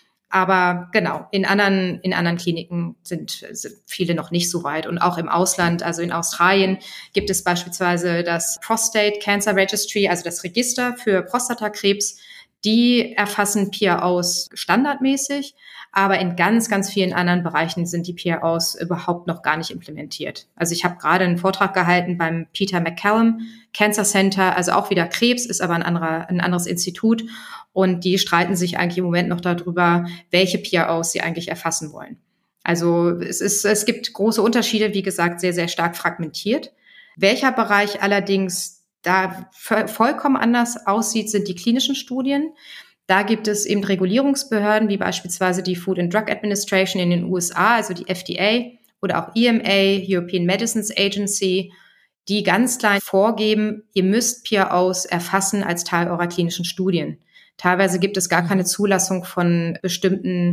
Aber genau, in anderen, in anderen Kliniken sind, sind viele noch nicht so weit. Und auch im Ausland, also in Australien, gibt es beispielsweise das Prostate Cancer Registry, also das Register für Prostatakrebs. Die erfassen P R Os standardmäßig, aber in ganz, ganz vielen anderen Bereichen sind die P R Os überhaupt noch gar nicht implementiert. Also ich habe gerade einen Vortrag gehalten beim Peter MacCallum Cancer Center, also auch wieder Krebs, ist aber ein anderer, ein anderes Institut. Und die streiten sich eigentlich im Moment noch darüber, welche P R Os sie eigentlich erfassen wollen. Also es ist, es gibt große Unterschiede, wie gesagt, sehr, sehr stark fragmentiert. Welcher Bereich allerdings da vollkommen anders aussieht, sind die klinischen Studien. Da gibt es eben Regulierungsbehörden, wie beispielsweise die Food and Drug Administration in den U S A, also die F D A oder auch E M A, European Medicines Agency, die ganz klar vorgeben, ihr müsst P R Os erfassen als Teil eurer klinischen Studien. Teilweise gibt es gar keine Zulassung von bestimmten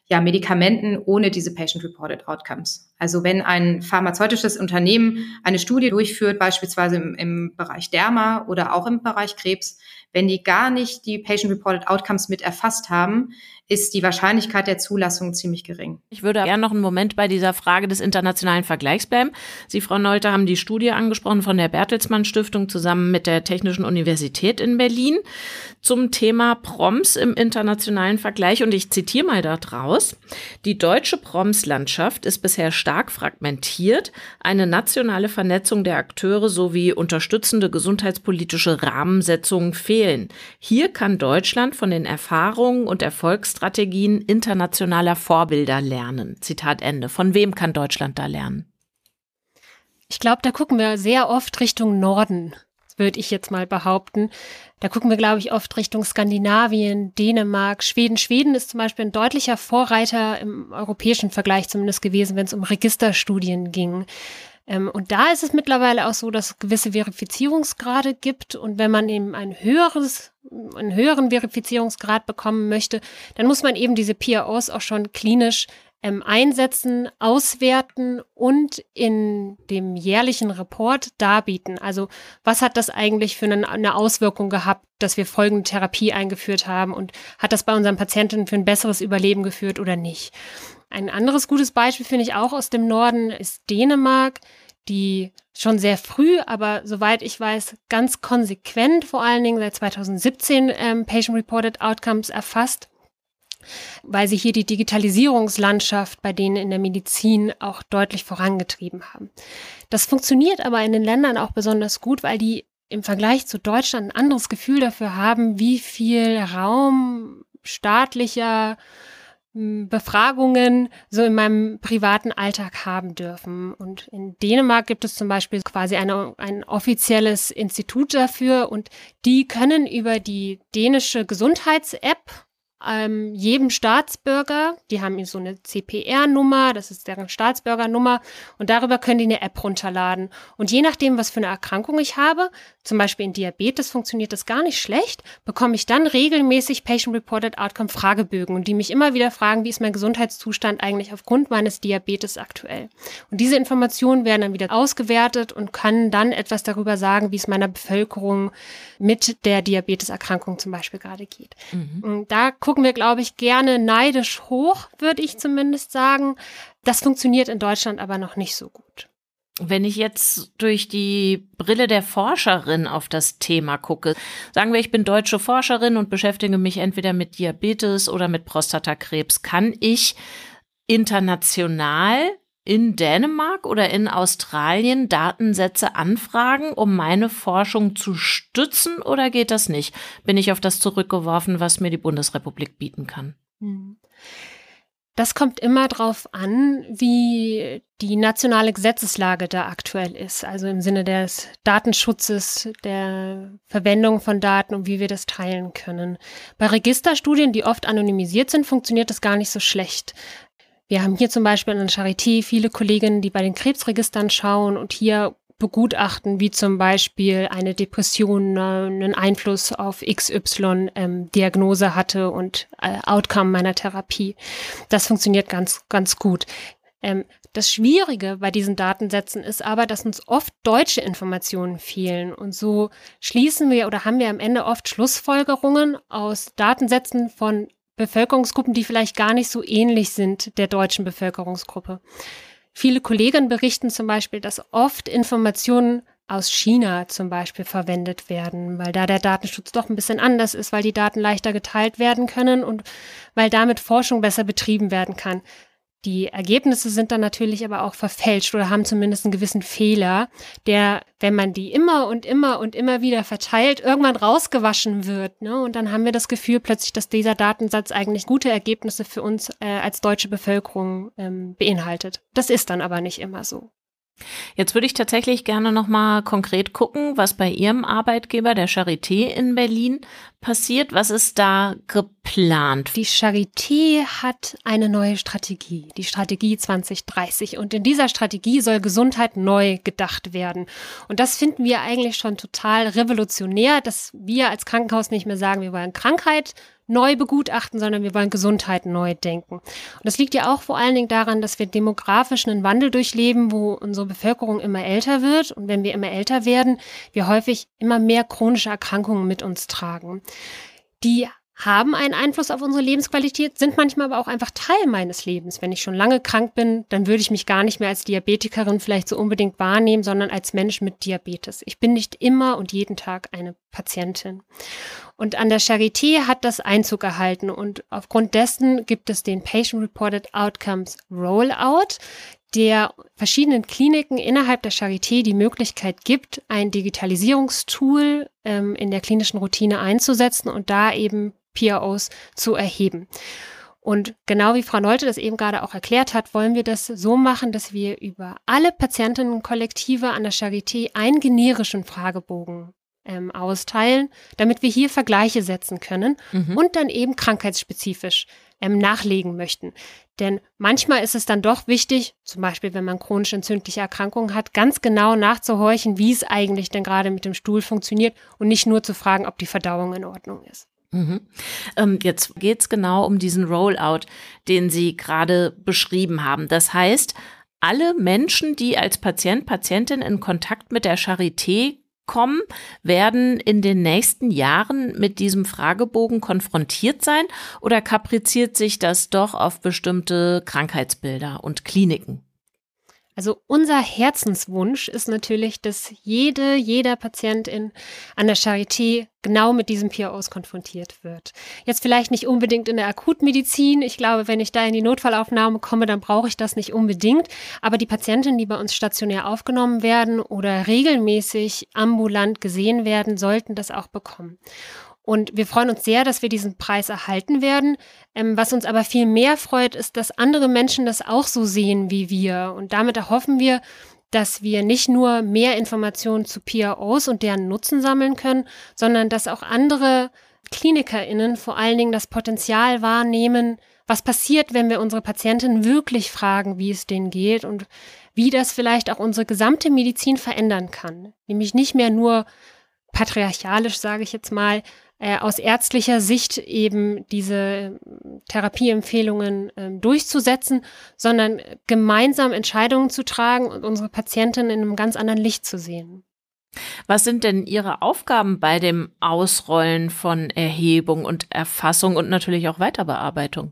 ja, Medikamenten ohne diese Patient-Reported Outcomes. Also wenn ein pharmazeutisches Unternehmen eine Studie durchführt, beispielsweise im, im Bereich Derma oder auch im Bereich Krebs, wenn die gar nicht die Patient-Reported Outcomes mit erfasst haben, ist die Wahrscheinlichkeit der Zulassung ziemlich gering. Ich würde gerne noch einen Moment bei dieser Frage des internationalen Vergleichs bleiben. Sie, Frau Nolte, haben die Studie angesprochen von der Bertelsmann Stiftung zusammen mit der Technischen Universität in Berlin zum Thema P R O M S im internationalen Vergleich. Und ich zitiere mal daraus: Die deutsche P R O M S-Landschaft ist bisher stark fragmentiert. Eine nationale Vernetzung der Akteure sowie unterstützende gesundheitspolitische Rahmensetzungen fehlen. Hier kann Deutschland von den Erfahrungen und Erfolgsstrategien internationaler Vorbilder lernen. Zitat Ende. Von wem kann Deutschland da lernen? Ich glaube, da gucken wir sehr oft Richtung Norden, würde ich jetzt mal behaupten. Da gucken wir, glaube ich, oft Richtung Skandinavien, Dänemark, Schweden. Schweden ist zum Beispiel ein deutlicher Vorreiter im europäischen Vergleich zumindest gewesen, wenn es um Registerstudien ging. Und da ist es mittlerweile auch so, dass es gewisse Verifizierungsgrade gibt. Und wenn man eben ein höheres, einen höheren Verifizierungsgrad bekommen möchte, dann muss man eben diese P R Os auch schon klinisch ähm, einsetzen, auswerten und in dem jährlichen Report darbieten. Also was hat das eigentlich für eine, eine Auswirkung gehabt, dass wir folgende Therapie eingeführt haben, und hat das bei unseren Patienten für ein besseres Überleben geführt oder nicht? Ein anderes gutes Beispiel finde ich auch aus dem Norden ist Dänemark, die schon sehr früh, aber soweit ich weiß, ganz konsequent, vor allen Dingen seit zweitausendsiebzehn ähm, Patient-Reported Outcomes erfasst, weil sie hier die Digitalisierungslandschaft bei denen in der Medizin auch deutlich vorangetrieben haben. Das funktioniert aber in den Ländern auch besonders gut, weil die im Vergleich zu Deutschland ein anderes Gefühl dafür haben, wie viel Raum staatlicher Befragungen so in meinem privaten Alltag haben dürfen. Und in Dänemark gibt es zum Beispiel quasi eine, ein offizielles Institut dafür, und die können über die dänische Gesundheits-App ähm, jedem Staatsbürger, die haben so eine C P R-Nummer, das ist deren Staatsbürgernummer, und darüber können die eine App runterladen. Und je nachdem, was für eine Erkrankung ich habe, zum Beispiel in Diabetes funktioniert das gar nicht schlecht, bekomme ich dann regelmäßig Patient-Reported Outcome Fragebögen, und die mich immer wieder fragen, wie ist mein Gesundheitszustand eigentlich aufgrund meines Diabetes aktuell. Und diese Informationen werden dann wieder ausgewertet und können dann etwas darüber sagen, wie es meiner Bevölkerung mit der Diabeteserkrankung zum Beispiel gerade geht. Mhm. Und da gucken wir, glaube ich, gerne neidisch hoch, würde ich zumindest sagen. Das funktioniert in Deutschland aber noch nicht so gut. Wenn ich jetzt durch die Brille der Forscherin auf das Thema gucke, sagen wir, ich bin deutsche Forscherin und beschäftige mich entweder mit Diabetes oder mit Prostatakrebs, kann ich international in Dänemark oder in Australien Datensätze anfragen, um meine Forschung zu stützen, oder geht das nicht? Bin ich auf das zurückgeworfen, was mir die Bundesrepublik bieten kann? Das kommt immer darauf an, wie die nationale Gesetzeslage da aktuell ist, also im Sinne des Datenschutzes, der Verwendung von Daten und wie wir das teilen können. Bei Registerstudien, die oft anonymisiert sind, funktioniert das gar nicht so schlecht. Wir haben hier zum Beispiel an der Charité viele Kolleginnen, die bei den Krebsregistern schauen und hier begutachten, wie zum Beispiel eine Depression äh, einen Einfluss auf X Y ähm, Diagnose hatte und äh, Outcome meiner Therapie. Das funktioniert ganz, ganz gut. Ähm, das Schwierige bei diesen Datensätzen ist aber, dass uns oft deutsche Informationen fehlen, und so schließen wir oder haben wir am Ende oft Schlussfolgerungen aus Datensätzen von Bevölkerungsgruppen, die vielleicht gar nicht so ähnlich sind der deutschen Bevölkerungsgruppe. Viele Kollegen berichten zum Beispiel, dass oft Informationen aus China zum Beispiel verwendet werden, weil da der Datenschutz doch ein bisschen anders ist, weil die Daten leichter geteilt werden können und weil damit Forschung besser betrieben werden kann. Die Ergebnisse sind dann natürlich aber auch verfälscht oder haben zumindest einen gewissen Fehler, der, wenn man die immer und immer und immer wieder verteilt, irgendwann rausgewaschen wird, ne? Und dann haben wir das Gefühl plötzlich, dass dieser Datensatz eigentlich gute Ergebnisse für uns äh, als deutsche Bevölkerung ähm, beinhaltet. Das ist dann aber nicht immer so. Jetzt würde ich tatsächlich gerne noch mal konkret gucken, was bei Ihrem Arbeitgeber, der Charité in Berlin, passiert? Was ist da geplant? Die Charité hat eine neue Strategie, die Strategie zwanzig dreißig. Und in dieser Strategie soll Gesundheit neu gedacht werden. Und das finden wir eigentlich schon total revolutionär, dass wir als Krankenhaus nicht mehr sagen, wir wollen Krankheit neu begutachten, sondern wir wollen Gesundheit neu denken. Und das liegt ja auch vor allen Dingen daran, dass wir demografisch einen Wandel durchleben, wo unsere Bevölkerung immer älter wird. Und wenn wir immer älter werden, wir häufig immer mehr chronische Erkrankungen mit uns tragen. Die haben einen Einfluss auf unsere Lebensqualität, sind manchmal aber auch einfach Teil meines Lebens. Wenn ich schon lange krank bin, dann würde ich mich gar nicht mehr als Diabetikerin vielleicht so unbedingt wahrnehmen, sondern als Mensch mit Diabetes. Ich bin nicht immer und jeden Tag eine Patientin. Und an der Charité hat das Einzug erhalten und aufgrund dessen gibt es den Patient-Reported Outcomes Rollout, der verschiedenen Kliniken innerhalb der Charité die Möglichkeit gibt, ein Digitalisierungstool ähm, in der klinischen Routine einzusetzen und da eben P R Os zu erheben. Und genau wie Frau Nolte das eben gerade auch erklärt hat, wollen wir das so machen, dass wir über alle Patientinnenkollektive an der Charité einen generischen Fragebogen ähm, austeilen, damit wir hier Vergleiche setzen können mhm. und dann eben krankheitsspezifisch ähm, nachlegen möchten. Denn manchmal ist es dann doch wichtig, zum Beispiel wenn man chronisch entzündliche Erkrankungen hat, ganz genau nachzuhorchen, wie es eigentlich denn gerade mit dem Stuhl funktioniert und nicht nur zu fragen, ob die Verdauung in Ordnung ist. Mhm. Ähm, jetzt geht's genau um diesen Rollout, den Sie gerade beschrieben haben. Das heißt, alle Menschen, die als Patient, Patientin in Kontakt mit der Charité kommen, werden in den nächsten Jahren mit diesem Fragebogen konfrontiert sein oder kapriziert sich das doch auf bestimmte Krankheitsbilder und Kliniken? Also unser Herzenswunsch ist natürlich, dass jede, jeder Patientin an der Charité genau mit diesen P R Os konfrontiert wird. Jetzt vielleicht nicht unbedingt in der Akutmedizin. Ich glaube, wenn ich da in die Notfallaufnahme komme, dann brauche ich das nicht unbedingt. Aber die Patientinnen, die bei uns stationär aufgenommen werden oder regelmäßig ambulant gesehen werden, sollten das auch bekommen. Und wir freuen uns sehr, dass wir diesen Preis erhalten werden. Ähm, was uns aber viel mehr freut, ist, dass andere Menschen das auch so sehen wie wir. Und damit erhoffen wir, dass wir nicht nur mehr Informationen zu P R Os und deren Nutzen sammeln können, sondern dass auch andere KlinikerInnen vor allen Dingen das Potenzial wahrnehmen, was passiert, wenn wir unsere Patienten wirklich fragen, wie es denen geht und wie das vielleicht auch unsere gesamte Medizin verändern kann. Nämlich nicht mehr nur patriarchalisch, sage ich jetzt mal, Äh, aus ärztlicher Sicht eben diese Therapieempfehlungen äh, durchzusetzen, sondern gemeinsam Entscheidungen zu tragen und unsere Patienten in einem ganz anderen Licht zu sehen. Was sind denn Ihre Aufgaben bei dem Ausrollen von Erhebung und Erfassung und natürlich auch Weiterbearbeitung?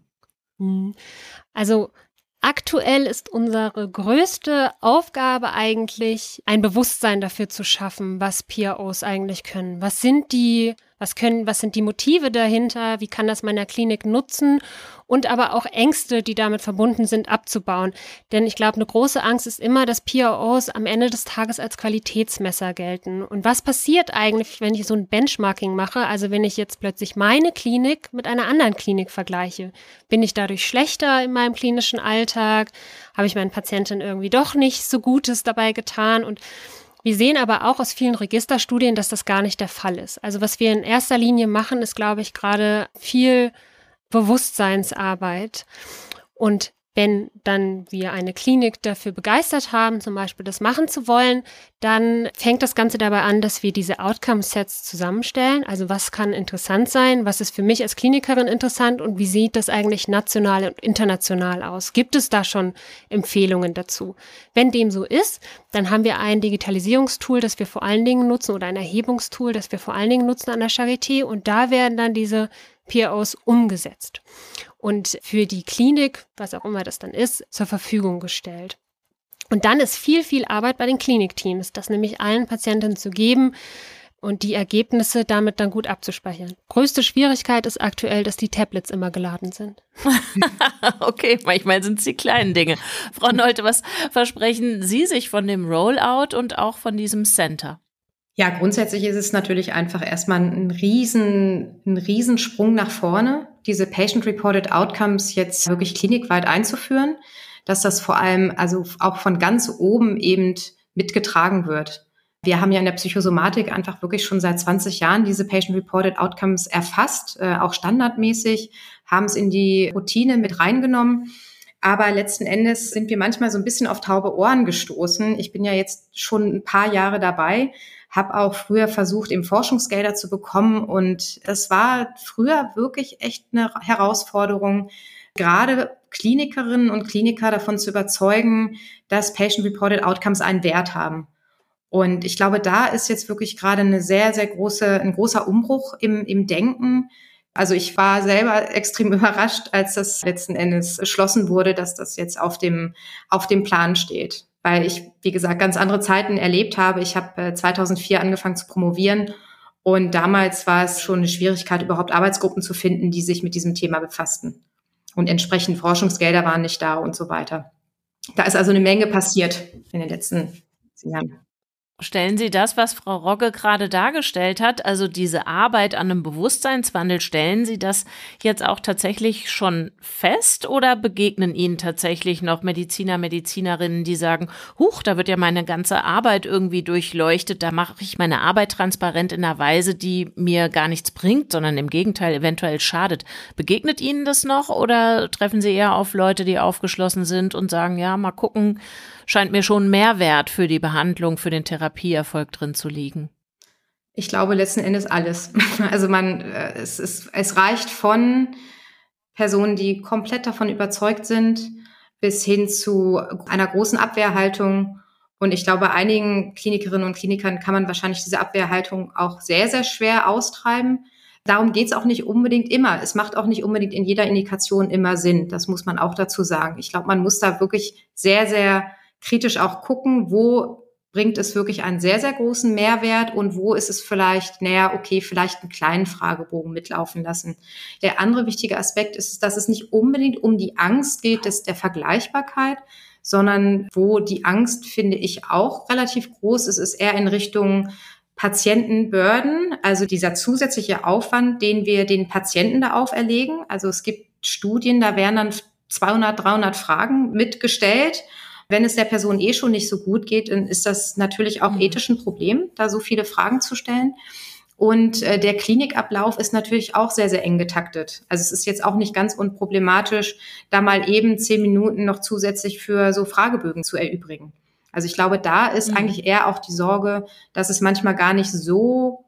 Also aktuell ist unsere größte Aufgabe eigentlich, ein Bewusstsein dafür zu schaffen, was P R Os eigentlich können. Was sind die Was können, was sind die Motive dahinter? Wie kann das meiner Klinik nutzen? Und aber auch Ängste, die damit verbunden sind, abzubauen. Denn ich glaube, eine große Angst ist immer, dass P R Os am Ende des Tages als Qualitätsmesser gelten. Und was passiert eigentlich, wenn ich so ein Benchmarking mache? Also wenn ich jetzt plötzlich meine Klinik mit einer anderen Klinik vergleiche. Bin ich dadurch schlechter in meinem klinischen Alltag? Habe ich meinen Patienten irgendwie doch nicht so Gutes dabei getan? Und wir sehen aber auch aus vielen Registerstudien, dass das gar nicht der Fall ist. Also was wir in erster Linie machen, ist, glaube ich, gerade viel Bewusstseinsarbeit. Und wenn dann wir eine Klinik dafür begeistert haben, zum Beispiel das machen zu wollen, dann fängt das Ganze dabei an, dass wir diese Outcome-Sets zusammenstellen. Also was kann interessant sein? Was ist für mich als Klinikerin interessant? Und wie sieht das eigentlich national und international aus? Gibt es da schon Empfehlungen dazu? Wenn dem so ist, dann haben wir ein Digitalisierungstool, das wir vor allen Dingen nutzen oder ein Erhebungstool, das wir vor allen Dingen nutzen an der Charité. Und da werden dann diese P R Os umgesetzt und für die Klinik, was auch immer das dann ist, zur Verfügung gestellt. Und dann ist viel, viel Arbeit bei den Klinikteams, das nämlich allen Patienten zu geben und die Ergebnisse damit dann gut abzuspeichern. Größte Schwierigkeit ist aktuell, dass die Tablets immer geladen sind. Okay, manchmal sind es die kleinen Dinge. Frau Nolte, was versprechen Sie sich von dem Rollout und auch von diesem Center? Ja, grundsätzlich ist es natürlich einfach erstmal ein riesen, ein Riesensprung nach vorne, diese Patient-Reported Outcomes jetzt wirklich klinikweit einzuführen, dass das vor allem also auch von ganz oben eben mitgetragen wird. Wir haben ja in der Psychosomatik einfach wirklich schon seit zwanzig Jahren diese Patient-Reported Outcomes erfasst, äh, auch standardmäßig, haben es in die Routine mit reingenommen. Aber letzten Endes sind wir manchmal so ein bisschen auf taube Ohren gestoßen. Ich bin ja jetzt schon ein paar Jahre dabei, habe auch früher versucht, eben Forschungsgelder zu bekommen. Und das war früher wirklich echt eine Herausforderung, gerade Klinikerinnen und Kliniker davon zu überzeugen, dass Patient-Reported Outcomes einen Wert haben. Und ich glaube, da ist jetzt wirklich gerade eine sehr, sehr große, ein großer Umbruch im, im Denken. Also ich war selber extrem überrascht, als das letzten Endes beschlossen wurde, dass das jetzt auf dem, auf dem Plan steht. Weil ich, wie gesagt, ganz andere Zeiten erlebt habe. Ich habe zweitausendvier angefangen zu promovieren und damals war es schon eine Schwierigkeit, überhaupt Arbeitsgruppen zu finden, die sich mit diesem Thema befassten. Und entsprechend Forschungsgelder waren nicht da und so weiter. Da ist also eine Menge passiert in den letzten zehn Jahren. Stellen Sie das, was Frau Rogge gerade dargestellt hat, also diese Arbeit an einem Bewusstseinswandel, stellen Sie das jetzt auch tatsächlich schon fest oder begegnen Ihnen tatsächlich noch Mediziner, Medizinerinnen, die sagen, huch, da wird ja meine ganze Arbeit irgendwie durchleuchtet, da mache ich meine Arbeit transparent in einer Weise, die mir gar nichts bringt, sondern im Gegenteil eventuell schadet. Begegnet Ihnen das noch oder treffen Sie eher auf Leute, die aufgeschlossen sind und sagen, ja, mal gucken, scheint mir schon Mehrwert für die Behandlung, für den Therapieerfolg drin zu liegen? Ich glaube letzten Endes alles. Also man, es, es, es reicht von Personen, die komplett davon überzeugt sind, bis hin zu einer großen Abwehrhaltung. Und ich glaube, einigen Klinikerinnen und Klinikern kann man wahrscheinlich diese Abwehrhaltung auch sehr, sehr schwer austreiben. Darum geht es auch nicht unbedingt immer. Es macht auch nicht unbedingt in jeder Indikation immer Sinn. Das muss man auch dazu sagen. Ich glaube, man muss da wirklich sehr, sehr kritisch auch gucken, wo bringt es wirklich einen sehr, sehr großen Mehrwert und wo ist es vielleicht, naja, okay, vielleicht einen kleinen Fragebogen mitlaufen lassen. Der andere wichtige Aspekt ist, dass es nicht unbedingt um die Angst geht, des, der Vergleichbarkeit, sondern wo die Angst, finde ich, auch relativ groß ist, ist eher in Richtung Patientenburden, also dieser zusätzliche Aufwand, den wir den Patienten da auferlegen. Also es gibt Studien, da werden dann zweihundert, dreihundert Fragen mitgestellt. Wenn es der Person eh schon nicht so gut geht, dann ist das natürlich auch ethisch ein Problem, da so viele Fragen zu stellen. Und äh, der Klinikablauf ist natürlich auch sehr, sehr eng getaktet. Also es ist jetzt auch nicht ganz unproblematisch, da mal eben zehn Minuten noch zusätzlich für so Fragebögen zu erübrigen. Also ich glaube, da ist mhm. eigentlich eher auch die Sorge, dass es manchmal gar nicht so,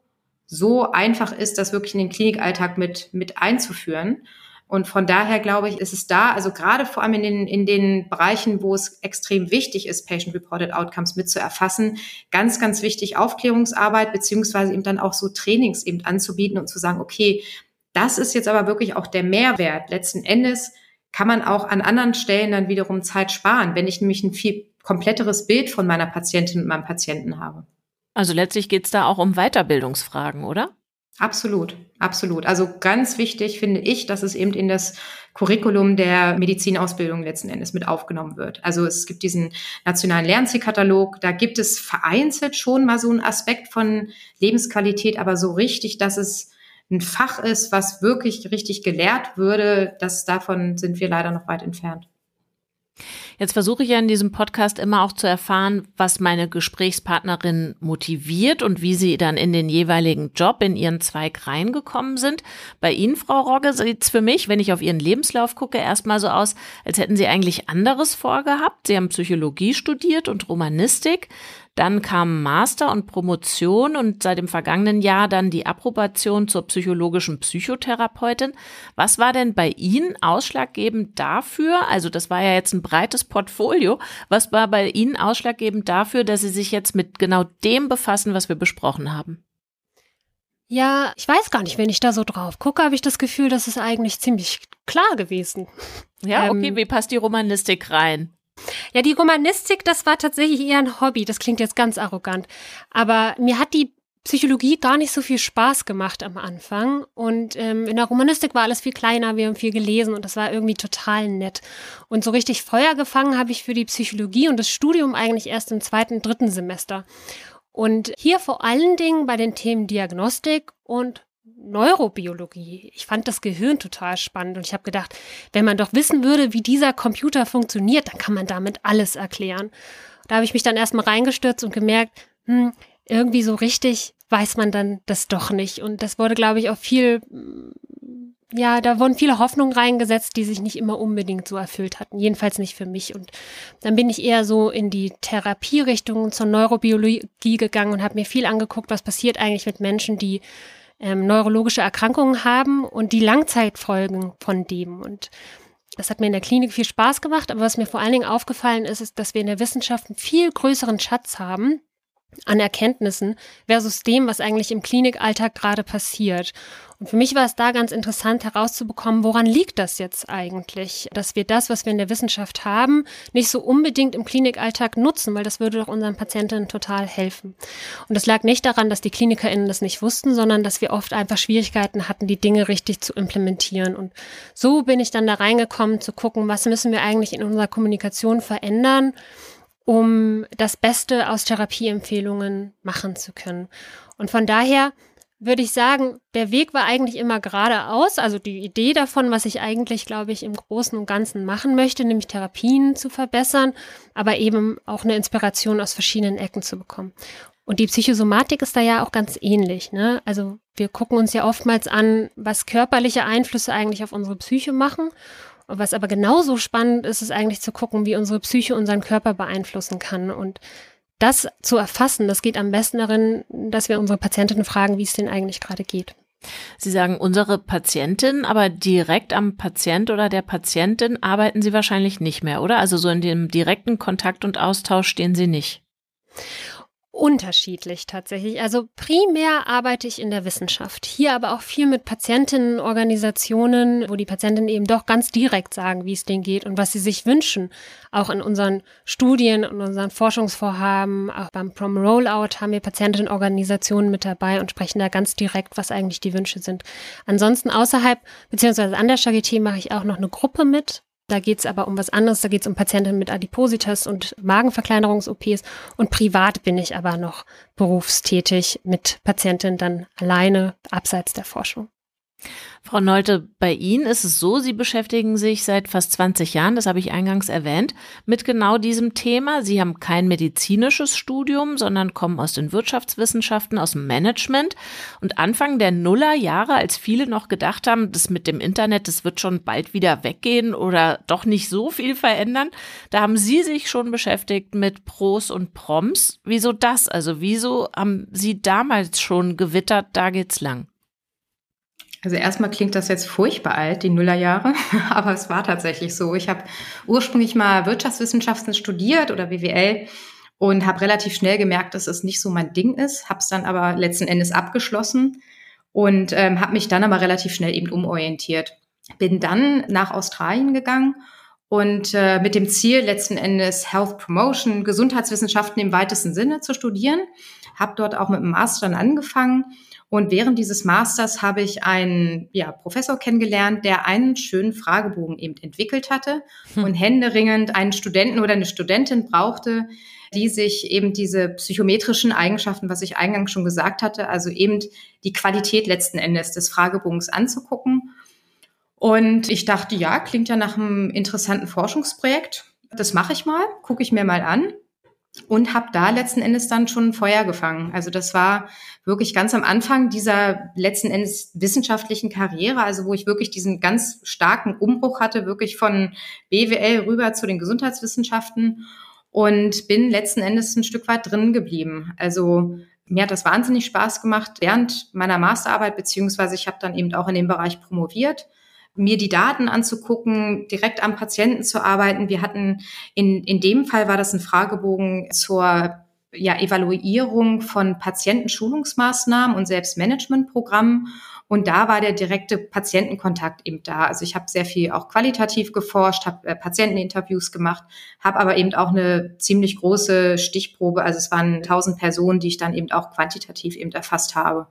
so einfach ist, das wirklich in den Klinikalltag mit, mit einzuführen. Und von daher glaube ich, ist es da, also gerade vor allem in den, in den Bereichen, wo es extrem wichtig ist, Patient-Reported Outcomes mit zu erfassen, ganz, ganz wichtig, Aufklärungsarbeit beziehungsweise eben dann auch so Trainings eben anzubieten und zu sagen, okay, das ist jetzt aber wirklich auch der Mehrwert. Letzten Endes kann man auch an anderen Stellen dann wiederum Zeit sparen, wenn ich nämlich ein viel kompletteres Bild von meiner Patientin und meinem Patienten habe. Also letztlich geht es da auch um Weiterbildungsfragen, oder? Absolut, absolut. Also ganz wichtig finde ich, dass es eben in das Curriculum der Medizinausbildung letzten Endes mit aufgenommen wird. Also es gibt diesen nationalen Lernzielkatalog, da gibt es vereinzelt schon mal so einen Aspekt von Lebensqualität, aber so richtig, dass es ein Fach ist, was wirklich richtig gelehrt würde, das davon sind wir leider noch weit entfernt. Jetzt versuche ich ja in diesem Podcast immer auch zu erfahren, was meine Gesprächspartnerin motiviert und wie sie dann in den jeweiligen Job, in ihren Zweig reingekommen sind. Bei Ihnen, Frau Rogge, sieht es für mich, wenn ich auf Ihren Lebenslauf gucke, erstmal so aus, als hätten Sie eigentlich anderes vorgehabt. Sie haben Psychologie studiert und Romanistik. Dann kam Master und Promotion und seit dem vergangenen Jahr dann die Approbation zur psychologischen Psychotherapeutin. Was war denn bei Ihnen ausschlaggebend dafür, also das war ja jetzt ein breites Portfolio, was war bei Ihnen ausschlaggebend dafür, dass Sie sich jetzt mit genau dem befassen, was wir besprochen haben? Ja, ich weiß gar nicht, wenn ich da so drauf gucke, habe ich das Gefühl, das ist eigentlich ziemlich klar gewesen. Ja, okay, ähm, wie passt die Romanistik rein? Ja, die Romanistik, das war tatsächlich eher ein Hobby. Das klingt jetzt ganz arrogant. Aber mir hat die Psychologie gar nicht so viel Spaß gemacht am Anfang. Und ähm, in der Romanistik war alles viel kleiner. Wir haben viel gelesen und das war irgendwie total nett. Und so richtig Feuer gefangen habe ich für die Psychologie und das Studium eigentlich erst im zweiten, dritten Semester. Und hier vor allen Dingen bei den Themen Diagnostik und Neurobiologie. Ich fand das Gehirn total spannend und ich habe gedacht, wenn man doch wissen würde, wie dieser Computer funktioniert, dann kann man damit alles erklären. Da habe ich mich dann erstmal reingestürzt und gemerkt, hm, irgendwie so richtig weiß man dann das doch nicht. Und das wurde, glaube ich, auch viel, ja, da wurden viele Hoffnungen reingesetzt, die sich nicht immer unbedingt so erfüllt hatten. Jedenfalls nicht für mich. Und dann bin ich eher so in die Therapierichtung zur Neurobiologie gegangen und habe mir viel angeguckt, was passiert eigentlich mit Menschen, die ähm, neurologische Erkrankungen haben und die Langzeitfolgen von dem. Und das hat mir in der Klinik viel Spaß gemacht. Aber was mir vor allen Dingen aufgefallen ist, ist, dass wir in der Wissenschaft einen viel größeren Schatz haben an Erkenntnissen versus dem, was eigentlich im Klinikalltag gerade passiert. Und für mich war es da ganz interessant herauszubekommen, woran liegt das jetzt eigentlich, dass wir das, was wir in der Wissenschaft haben, nicht so unbedingt im Klinikalltag nutzen, weil das würde doch unseren Patientinnen total helfen. Und das lag nicht daran, dass die KlinikerInnen das nicht wussten, sondern dass wir oft einfach Schwierigkeiten hatten, die Dinge richtig zu implementieren. Und so bin ich dann da reingekommen, zu gucken, was müssen wir eigentlich in unserer Kommunikation verändern, um das Beste aus Therapieempfehlungen machen zu können. Und von daher würde ich sagen, der Weg war eigentlich immer geradeaus, also die Idee davon, was ich eigentlich, glaube ich, im Großen und Ganzen machen möchte, nämlich Therapien zu verbessern, aber eben auch eine Inspiration aus verschiedenen Ecken zu bekommen. Und die Psychosomatik ist da ja auch ganz ähnlich, ne? Also wir gucken uns ja oftmals an, was körperliche Einflüsse eigentlich auf unsere Psyche machen. Und was aber genauso spannend ist, ist eigentlich zu gucken, wie unsere Psyche unseren Körper beeinflussen kann. Und das zu erfassen, das geht am besten darin, dass wir unsere Patientinnen fragen, wie es denen eigentlich gerade geht. Sie sagen, unsere Patientin, aber direkt am Patient oder der Patientin arbeiten Sie wahrscheinlich nicht mehr, oder? Also so in dem direkten Kontakt und Austausch stehen Sie nicht. Unterschiedlich tatsächlich. Also primär arbeite ich in der Wissenschaft. Hier aber auch viel mit Patientinnenorganisationen, wo die Patientinnen eben doch ganz direkt sagen, wie es denen geht und was sie sich wünschen. Auch in unseren Studien und unseren Forschungsvorhaben, auch beim Prom Rollout haben wir Patientinnenorganisationen mit dabei und sprechen da ganz direkt, was eigentlich die Wünsche sind. Ansonsten außerhalb, beziehungsweise an der Charité mache ich auch noch eine Gruppe mit. Da geht es aber um was anderes, da geht es um Patientinnen mit Adipositas und Magenverkleinerungs-O Ps und privat bin ich aber noch berufstätig mit Patientinnen dann alleine, abseits der Forschung. Frau Nolte, bei Ihnen ist es so, Sie beschäftigen sich seit fast zwanzig Jahren, das habe ich eingangs erwähnt, mit genau diesem Thema. Sie haben kein medizinisches Studium, sondern kommen aus den Wirtschaftswissenschaften, aus dem Management. Und Anfang der Nullerjahre, als viele noch gedacht haben, das mit dem Internet, das wird schon bald wieder weggehen oder doch nicht so viel verändern, da haben Sie sich schon beschäftigt mit Pros und Proms. Wieso das? Also wieso haben Sie damals schon gewittert, da geht's lang? Also erstmal klingt das jetzt furchtbar alt, die Nullerjahre, aber es war tatsächlich so. Ich habe ursprünglich mal Wirtschaftswissenschaften studiert oder B W L und habe relativ schnell gemerkt, dass es nicht so mein Ding ist, habe es dann aber letzten Endes abgeschlossen und ähm, habe mich dann aber relativ schnell eben umorientiert. Bin dann nach Australien gegangen und äh, mit dem Ziel, letzten Endes Health Promotion, Gesundheitswissenschaften im weitesten Sinne zu studieren, habe dort auch mit dem Master dann angefangen. Und während dieses Masters habe ich einen ja, Professor kennengelernt, der einen schönen Fragebogen eben entwickelt hatte hm. und händeringend einen Studenten oder eine Studentin brauchte, die sich eben diese psychometrischen Eigenschaften, was ich eingangs schon gesagt hatte, also eben die Qualität letzten Endes des Fragebogens anzugucken. Und ich dachte, ja, klingt ja nach einem interessanten Forschungsprojekt. Das mache ich mal, gucke ich mir mal an. Und habe da letzten Endes dann schon Feuer gefangen. Also das war wirklich ganz am Anfang dieser letzten Endes wissenschaftlichen Karriere, also wo ich wirklich diesen ganz starken Umbruch hatte, wirklich von B W L rüber zu den Gesundheitswissenschaften und bin letzten Endes ein Stück weit drin geblieben. Also mir hat das wahnsinnig Spaß gemacht während meiner Masterarbeit, beziehungsweise ich habe dann eben auch in dem Bereich promoviert, mir die Daten anzugucken, direkt am Patienten zu arbeiten. Wir hatten, in, in dem Fall war das ein Fragebogen zur ja, Evaluierung von Patientenschulungsmaßnahmen und Selbstmanagementprogrammen. Und da war der direkte Patientenkontakt eben da. Also ich habe sehr viel auch qualitativ geforscht, habe äh, Patienteninterviews gemacht, habe aber eben auch eine ziemlich große Stichprobe. Also es waren tausend Personen, die ich dann eben auch quantitativ eben erfasst habe.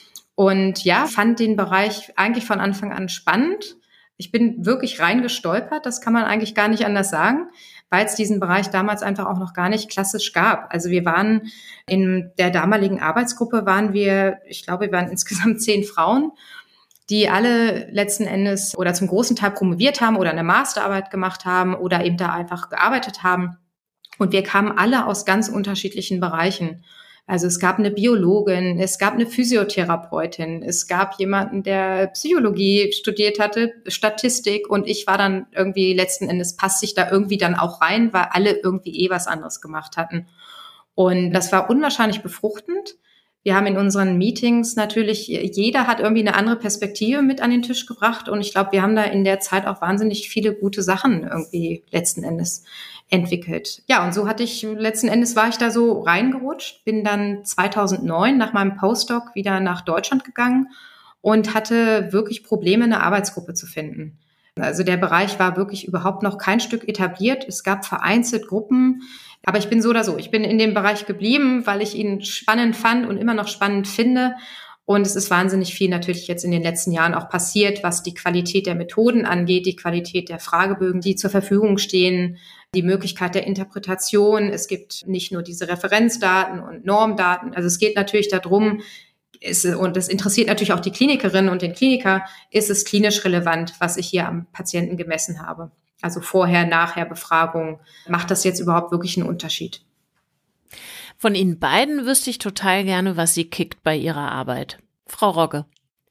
Und ja, fand den Bereich eigentlich von Anfang an spannend. Ich bin wirklich reingestolpert, das kann man eigentlich gar nicht anders sagen, weil es diesen Bereich damals einfach auch noch gar nicht klassisch gab. Also wir waren in der damaligen Arbeitsgruppe, waren wir, ich glaube, wir waren insgesamt zehn Frauen, die alle letzten Endes oder zum großen Teil promoviert haben oder eine Masterarbeit gemacht haben oder eben da einfach gearbeitet haben. Und wir kamen alle aus ganz unterschiedlichen Bereichen. Also es gab eine Biologin, es gab eine Physiotherapeutin, es gab jemanden, der Psychologie studiert hatte, Statistik, und ich war dann irgendwie letzten Endes, passte ich da irgendwie dann auch rein, weil alle irgendwie eh was anderes gemacht hatten. Und das war unwahrscheinlich befruchtend. Wir haben in unseren Meetings natürlich, jeder hat irgendwie eine andere Perspektive mit an den Tisch gebracht, und ich glaube, wir haben da in der Zeit auch wahnsinnig viele gute Sachen irgendwie letzten Endes entwickelt. Ja, und so hatte ich, letzten Endes war ich da so reingerutscht, bin dann zweitausendneun nach meinem Postdoc wieder nach Deutschland gegangen und hatte wirklich Probleme, eine Arbeitsgruppe zu finden. Also der Bereich war wirklich überhaupt noch kein Stück etabliert. Es gab vereinzelt Gruppen, aber ich bin so oder so. Ich bin in dem Bereich geblieben, weil ich ihn spannend fand und immer noch spannend finde. Und es ist wahnsinnig viel natürlich jetzt in den letzten Jahren auch passiert, was die Qualität der Methoden angeht, die Qualität der Fragebögen, die zur Verfügung stehen, die Möglichkeit der Interpretation. Es gibt nicht nur diese Referenzdaten und Normdaten. Also es geht natürlich darum, ist, und das interessiert natürlich auch die Klinikerinnen und den Kliniker, ist es klinisch relevant, was ich hier am Patienten gemessen habe? Also vorher, nachher Befragung. Macht das jetzt überhaupt wirklich einen Unterschied? Von Ihnen beiden wüsste ich total gerne, was Sie kickt bei Ihrer Arbeit. Frau Rogge.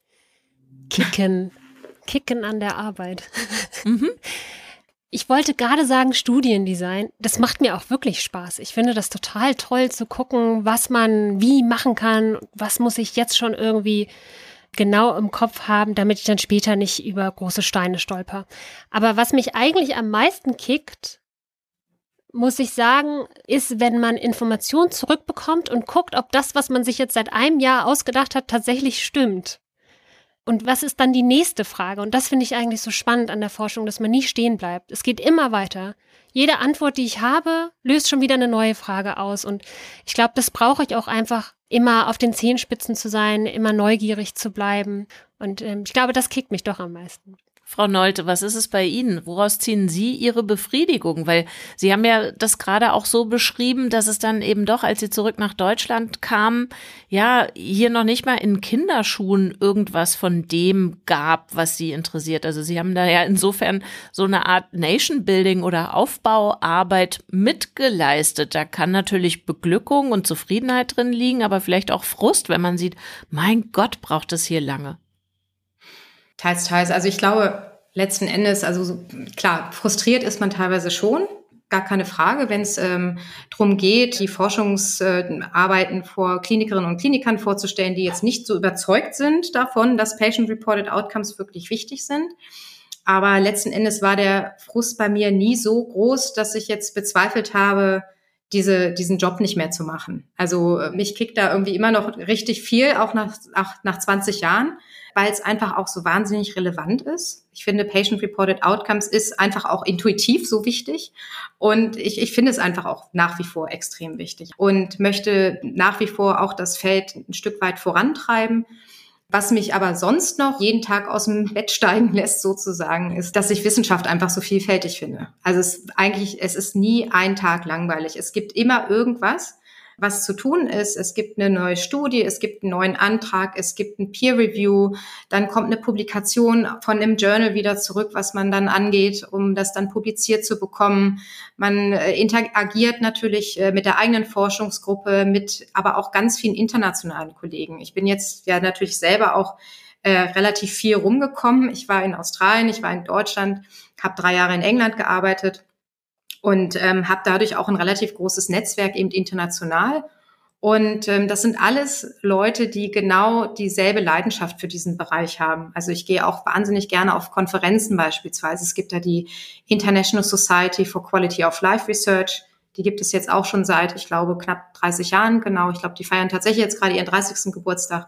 Kicken. Kicken an der Arbeit. Mhm. Ich wollte gerade sagen Studiendesign. Das macht mir auch wirklich Spaß. Ich finde das total toll zu gucken, was man wie machen kann. Was muss ich jetzt schon irgendwie genau im Kopf haben, damit ich dann später nicht über große Steine stolper. Aber was mich eigentlich am meisten kickt, muss ich sagen, ist, wenn man Informationen zurückbekommt und guckt, ob das, was man sich jetzt seit einem Jahr ausgedacht hat, tatsächlich stimmt. Und was ist dann die nächste Frage? Und das finde ich eigentlich so spannend an der Forschung, dass man nie stehen bleibt. Es geht immer weiter. Jede Antwort, die ich habe, löst schon wieder eine neue Frage aus. Und ich glaube, das brauche ich auch einfach, immer auf den Zehenspitzen zu sein, immer neugierig zu bleiben. Und ähm, ich glaube, das kickt mich doch am meisten. Frau Nolte, was ist es bei Ihnen? Woraus ziehen Sie Ihre Befriedigung? Weil Sie haben ja das gerade auch so beschrieben, dass es dann eben doch, als Sie zurück nach Deutschland kamen, ja, hier noch nicht mal in Kinderschuhen irgendwas von dem gab, was Sie interessiert. Also Sie haben da ja insofern so eine Art Nation-Building oder Aufbauarbeit mitgeleistet. Da kann natürlich Beglückung und Zufriedenheit drin liegen, aber vielleicht auch Frust, wenn man sieht, mein Gott, braucht es hier lange. Teils, teils. Also ich glaube, letzten Endes, also so, klar, frustriert ist man teilweise schon, gar keine Frage, wenn es ähm, darum geht, die Forschungsarbeiten äh, vor Klinikerinnen und Klinikern vorzustellen, die jetzt nicht so überzeugt sind davon, dass Patient-Reported Outcomes wirklich wichtig sind. Aber letzten Endes war der Frust bei mir nie so groß, dass ich jetzt bezweifelt habe, diese, diesen Job nicht mehr zu machen. Also mich kickt da irgendwie immer noch richtig viel, auch nach, auch nach zwanzig Jahren, weil es einfach auch so wahnsinnig relevant ist. Ich finde, Patient-Reported Outcomes ist einfach auch intuitiv so wichtig. Und ich, ich finde es einfach auch nach wie vor extrem wichtig und möchte nach wie vor auch das Feld ein Stück weit vorantreiben. Was mich aber sonst noch jeden Tag aus dem Bett steigen lässt, sozusagen, ist, dass ich Wissenschaft einfach so vielfältig finde. Also es eigentlich, es ist nie ein Tag langweilig. Es gibt immer irgendwas, was zu tun ist. Es gibt eine neue Studie, es gibt einen neuen Antrag, es gibt ein Peer Review, dann kommt eine Publikation von einem Journal wieder zurück, was man dann angeht, um das dann publiziert zu bekommen. Man interagiert natürlich mit der eigenen Forschungsgruppe, mit aber auch ganz vielen internationalen Kollegen. Ich bin jetzt ja natürlich selber auch äh, relativ viel rumgekommen. Ich war in Australien, ich war in Deutschland, habe drei Jahre in England gearbeitet. Und ähm, habe dadurch auch ein relativ großes Netzwerk eben international. Und ähm, das sind alles Leute, die genau dieselbe Leidenschaft für diesen Bereich haben. Also ich gehe auch wahnsinnig gerne auf Konferenzen beispielsweise. Es gibt da die International Society for Quality of Life Research. Die gibt es jetzt auch schon seit, ich glaube, knapp dreißig Jahren. Genau, ich glaube, die feiern tatsächlich jetzt gerade ihren dreißigsten Geburtstag.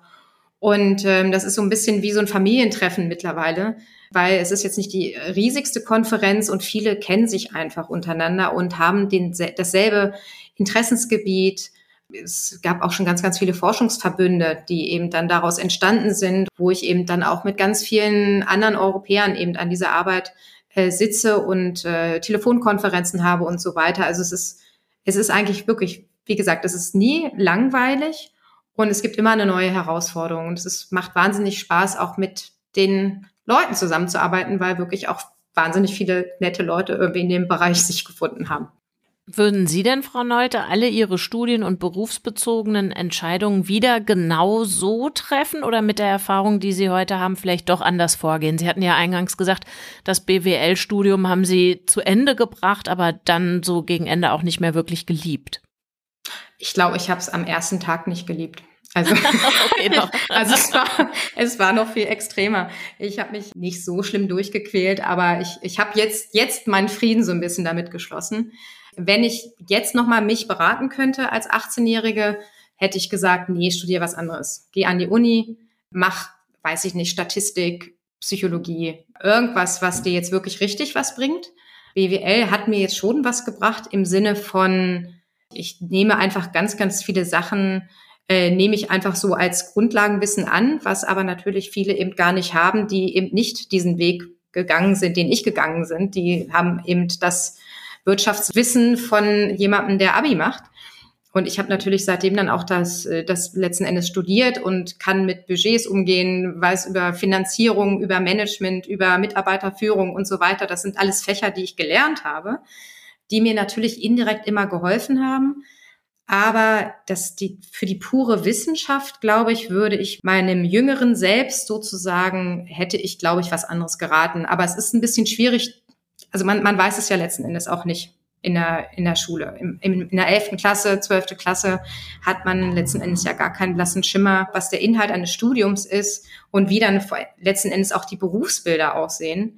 Und ähm, das ist so ein bisschen wie so ein Familientreffen mittlerweile, weil es ist jetzt nicht die riesigste Konferenz und viele kennen sich einfach untereinander und haben den, dasselbe Interessensgebiet. Es gab auch schon ganz, ganz viele Forschungsverbünde, die eben dann daraus entstanden sind, wo ich eben dann auch mit ganz vielen anderen Europäern eben an dieser Arbeit äh, sitze und äh, Telefonkonferenzen habe und so weiter. Also es ist, es ist eigentlich wirklich, wie gesagt, es ist nie langweilig. Und es gibt immer eine neue Herausforderung. Und es ist, macht wahnsinnig Spaß, auch mit den Leuten zusammenzuarbeiten, weil wirklich auch wahnsinnig viele nette Leute irgendwie in dem Bereich sich gefunden haben. Würden Sie denn, Frau Neute, alle Ihre studien- und berufsbezogenen Entscheidungen wieder genau so treffen oder mit der Erfahrung, die Sie heute haben, vielleicht doch anders vorgehen? Sie hatten ja eingangs gesagt, das B W L-Studium haben Sie zu Ende gebracht, aber dann so gegen Ende auch nicht mehr wirklich geliebt. Ich glaube, ich habe es am ersten Tag nicht geliebt. Also, okay, noch. also es war, es war noch viel extremer. Ich habe mich nicht so schlimm durchgequält, aber ich, ich habe jetzt, jetzt meinen Frieden so ein bisschen damit geschlossen. Wenn ich jetzt nochmal mich beraten könnte als achtzehnjährige, hätte ich gesagt, nee, studier was anderes. Geh an die Uni, mach, weiß ich nicht, Statistik, Psychologie, irgendwas, was dir jetzt wirklich richtig was bringt. B W L hat mir jetzt schon was gebracht im Sinne von, ich nehme einfach ganz, ganz viele Sachen, äh, nehme ich einfach so als Grundlagenwissen an, was aber natürlich viele eben gar nicht haben, die eben nicht diesen Weg gegangen sind, den ich gegangen sind. Die haben eben das Wirtschaftswissen von jemandem, der Abi macht. Und ich habe natürlich seitdem dann auch das, das letzten Endes studiert und kann mit Budgets umgehen, weiß über Finanzierung, über Management, über Mitarbeiterführung und so weiter. Das sind alles Fächer, die ich gelernt habe, die mir natürlich indirekt immer geholfen haben. Aber das, die, für die pure Wissenschaft, glaube ich, würde ich meinem jüngeren Selbst sozusagen, hätte ich, glaube ich, was anderes geraten. Aber es ist ein bisschen schwierig. Also man, man weiß es ja letzten Endes auch nicht in der, in der Schule. Im, im, in der elften Klasse, zwölfte Klasse hat man letzten Endes ja gar keinen blassen Schimmer, was der Inhalt eines Studiums ist und wie dann letzten Endes auch die Berufsbilder aussehen.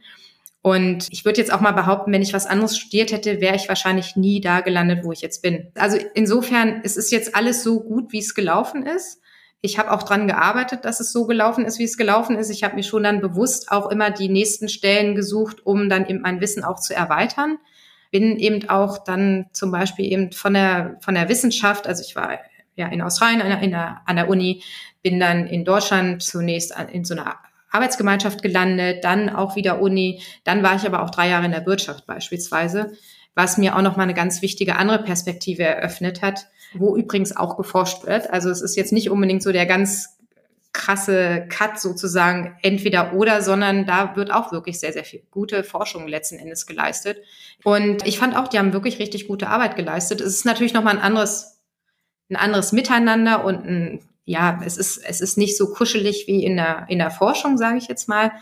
Und ich würde jetzt auch mal behaupten, wenn ich was anderes studiert hätte, wäre ich wahrscheinlich nie da gelandet, wo ich jetzt bin. Also insofern, es ist jetzt alles so gut, wie es gelaufen ist. Ich habe auch dran gearbeitet, dass es so gelaufen ist, wie es gelaufen ist. Ich habe mir schon dann bewusst auch immer die nächsten Stellen gesucht, um dann eben mein Wissen auch zu erweitern. Bin eben auch dann zum Beispiel eben von der von der Wissenschaft, also ich war ja in Australien an der, in der, an der Uni, bin dann in Deutschland zunächst in so einer Arbeitsgemeinschaft gelandet, dann auch wieder Uni. Dann war ich aber auch drei Jahre in der Wirtschaft beispielsweise, was mir auch nochmal eine ganz wichtige andere Perspektive eröffnet hat, wo übrigens auch geforscht wird. Also es ist jetzt nicht unbedingt so der ganz krasse Cut sozusagen entweder oder, sondern da wird auch wirklich sehr, sehr viel gute Forschung letzten Endes geleistet. Und ich fand auch, die haben wirklich richtig gute Arbeit geleistet. Es ist natürlich nochmal ein anderes, ein anderes Miteinander und ein, ja, es ist, es ist nicht so kuschelig wie in der, in der Forschung, sage ich jetzt mal.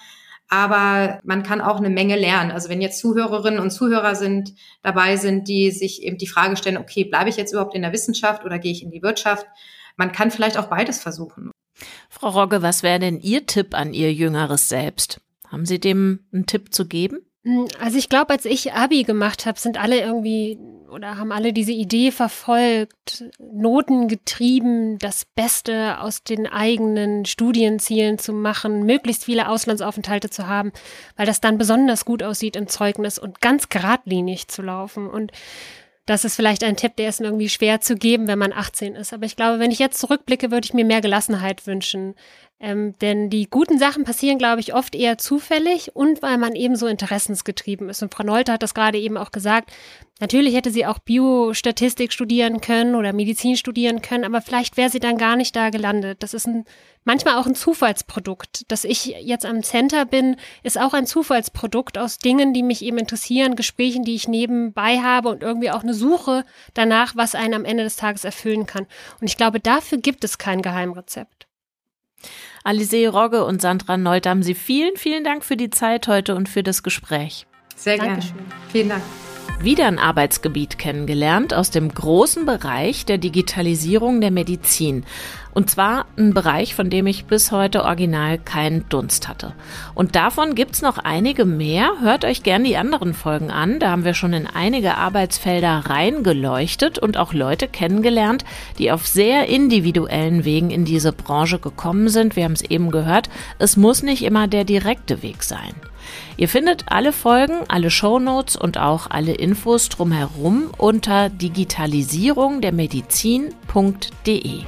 Aber man kann auch eine Menge lernen. Also wenn jetzt Zuhörerinnen und Zuhörer sind, dabei sind, die sich eben die Frage stellen, okay, bleibe ich jetzt überhaupt in der Wissenschaft oder gehe ich in die Wirtschaft? Man kann vielleicht auch beides versuchen. Frau Rogge, was wäre denn Ihr Tipp an Ihr jüngeres Selbst? Haben Sie dem einen Tipp zu geben? Also ich glaube, als ich Abi gemacht habe, sind alle irgendwie oder haben alle diese Idee verfolgt, notengetrieben, das Beste aus den eigenen Studienzielen zu machen, möglichst viele Auslandsaufenthalte zu haben, weil das dann besonders gut aussieht im Zeugnis und ganz geradlinig zu laufen. Und das ist vielleicht ein Tipp, der ist irgendwie schwer zu geben, wenn man achtzehn ist. Aber ich glaube, wenn ich jetzt zurückblicke, würde ich mir mehr Gelassenheit wünschen. Ähm, denn die guten Sachen passieren, glaube ich, oft eher zufällig und weil man eben so interessensgetrieben ist. Und Frau Neute hat das gerade eben auch gesagt. Natürlich hätte sie auch Biostatistik studieren können oder Medizin studieren können, aber vielleicht wäre sie dann gar nicht da gelandet. Das ist ein, manchmal auch ein Zufallsprodukt. Dass ich jetzt am Center bin, ist auch ein Zufallsprodukt aus Dingen, die mich eben interessieren, Gesprächen, die ich nebenbei habe und irgendwie auch eine Suche danach, was einen am Ende des Tages erfüllen kann. Und ich glaube, dafür gibt es kein Geheimrezept. Alizée Rogge und Sandra Neute, haben Sie vielen, vielen Dank für die Zeit heute und für das Gespräch. Sehr gerne. Dankeschön. Vielen Dank. Wieder ein Arbeitsgebiet kennengelernt aus dem großen Bereich der Digitalisierung der Medizin. Und zwar ein Bereich, von dem ich bis heute original keinen Dunst hatte. Und davon gibt's noch einige mehr. Hört euch gerne die anderen Folgen an. Da haben wir schon in einige Arbeitsfelder reingeleuchtet und auch Leute kennengelernt, die auf sehr individuellen Wegen in diese Branche gekommen sind. Wir haben es eben gehört, es muss nicht immer der direkte Weg sein. Ihr findet alle Folgen, alle Shownotes und auch alle Infos drumherum unter digitalisierung der medizin punkt de.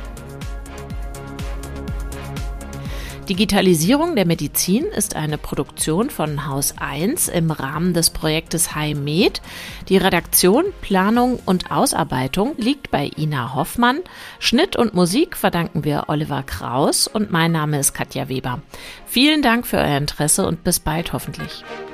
Digitalisierung der Medizin ist eine Produktion von Haus eins im Rahmen des Projektes HiMed. Die Redaktion, Planung und Ausarbeitung liegt bei Ina Hoffmann. Schnitt und Musik verdanken wir Oliver Kraus und mein Name ist Katja Weber. Vielen Dank für euer Interesse und bis bald hoffentlich.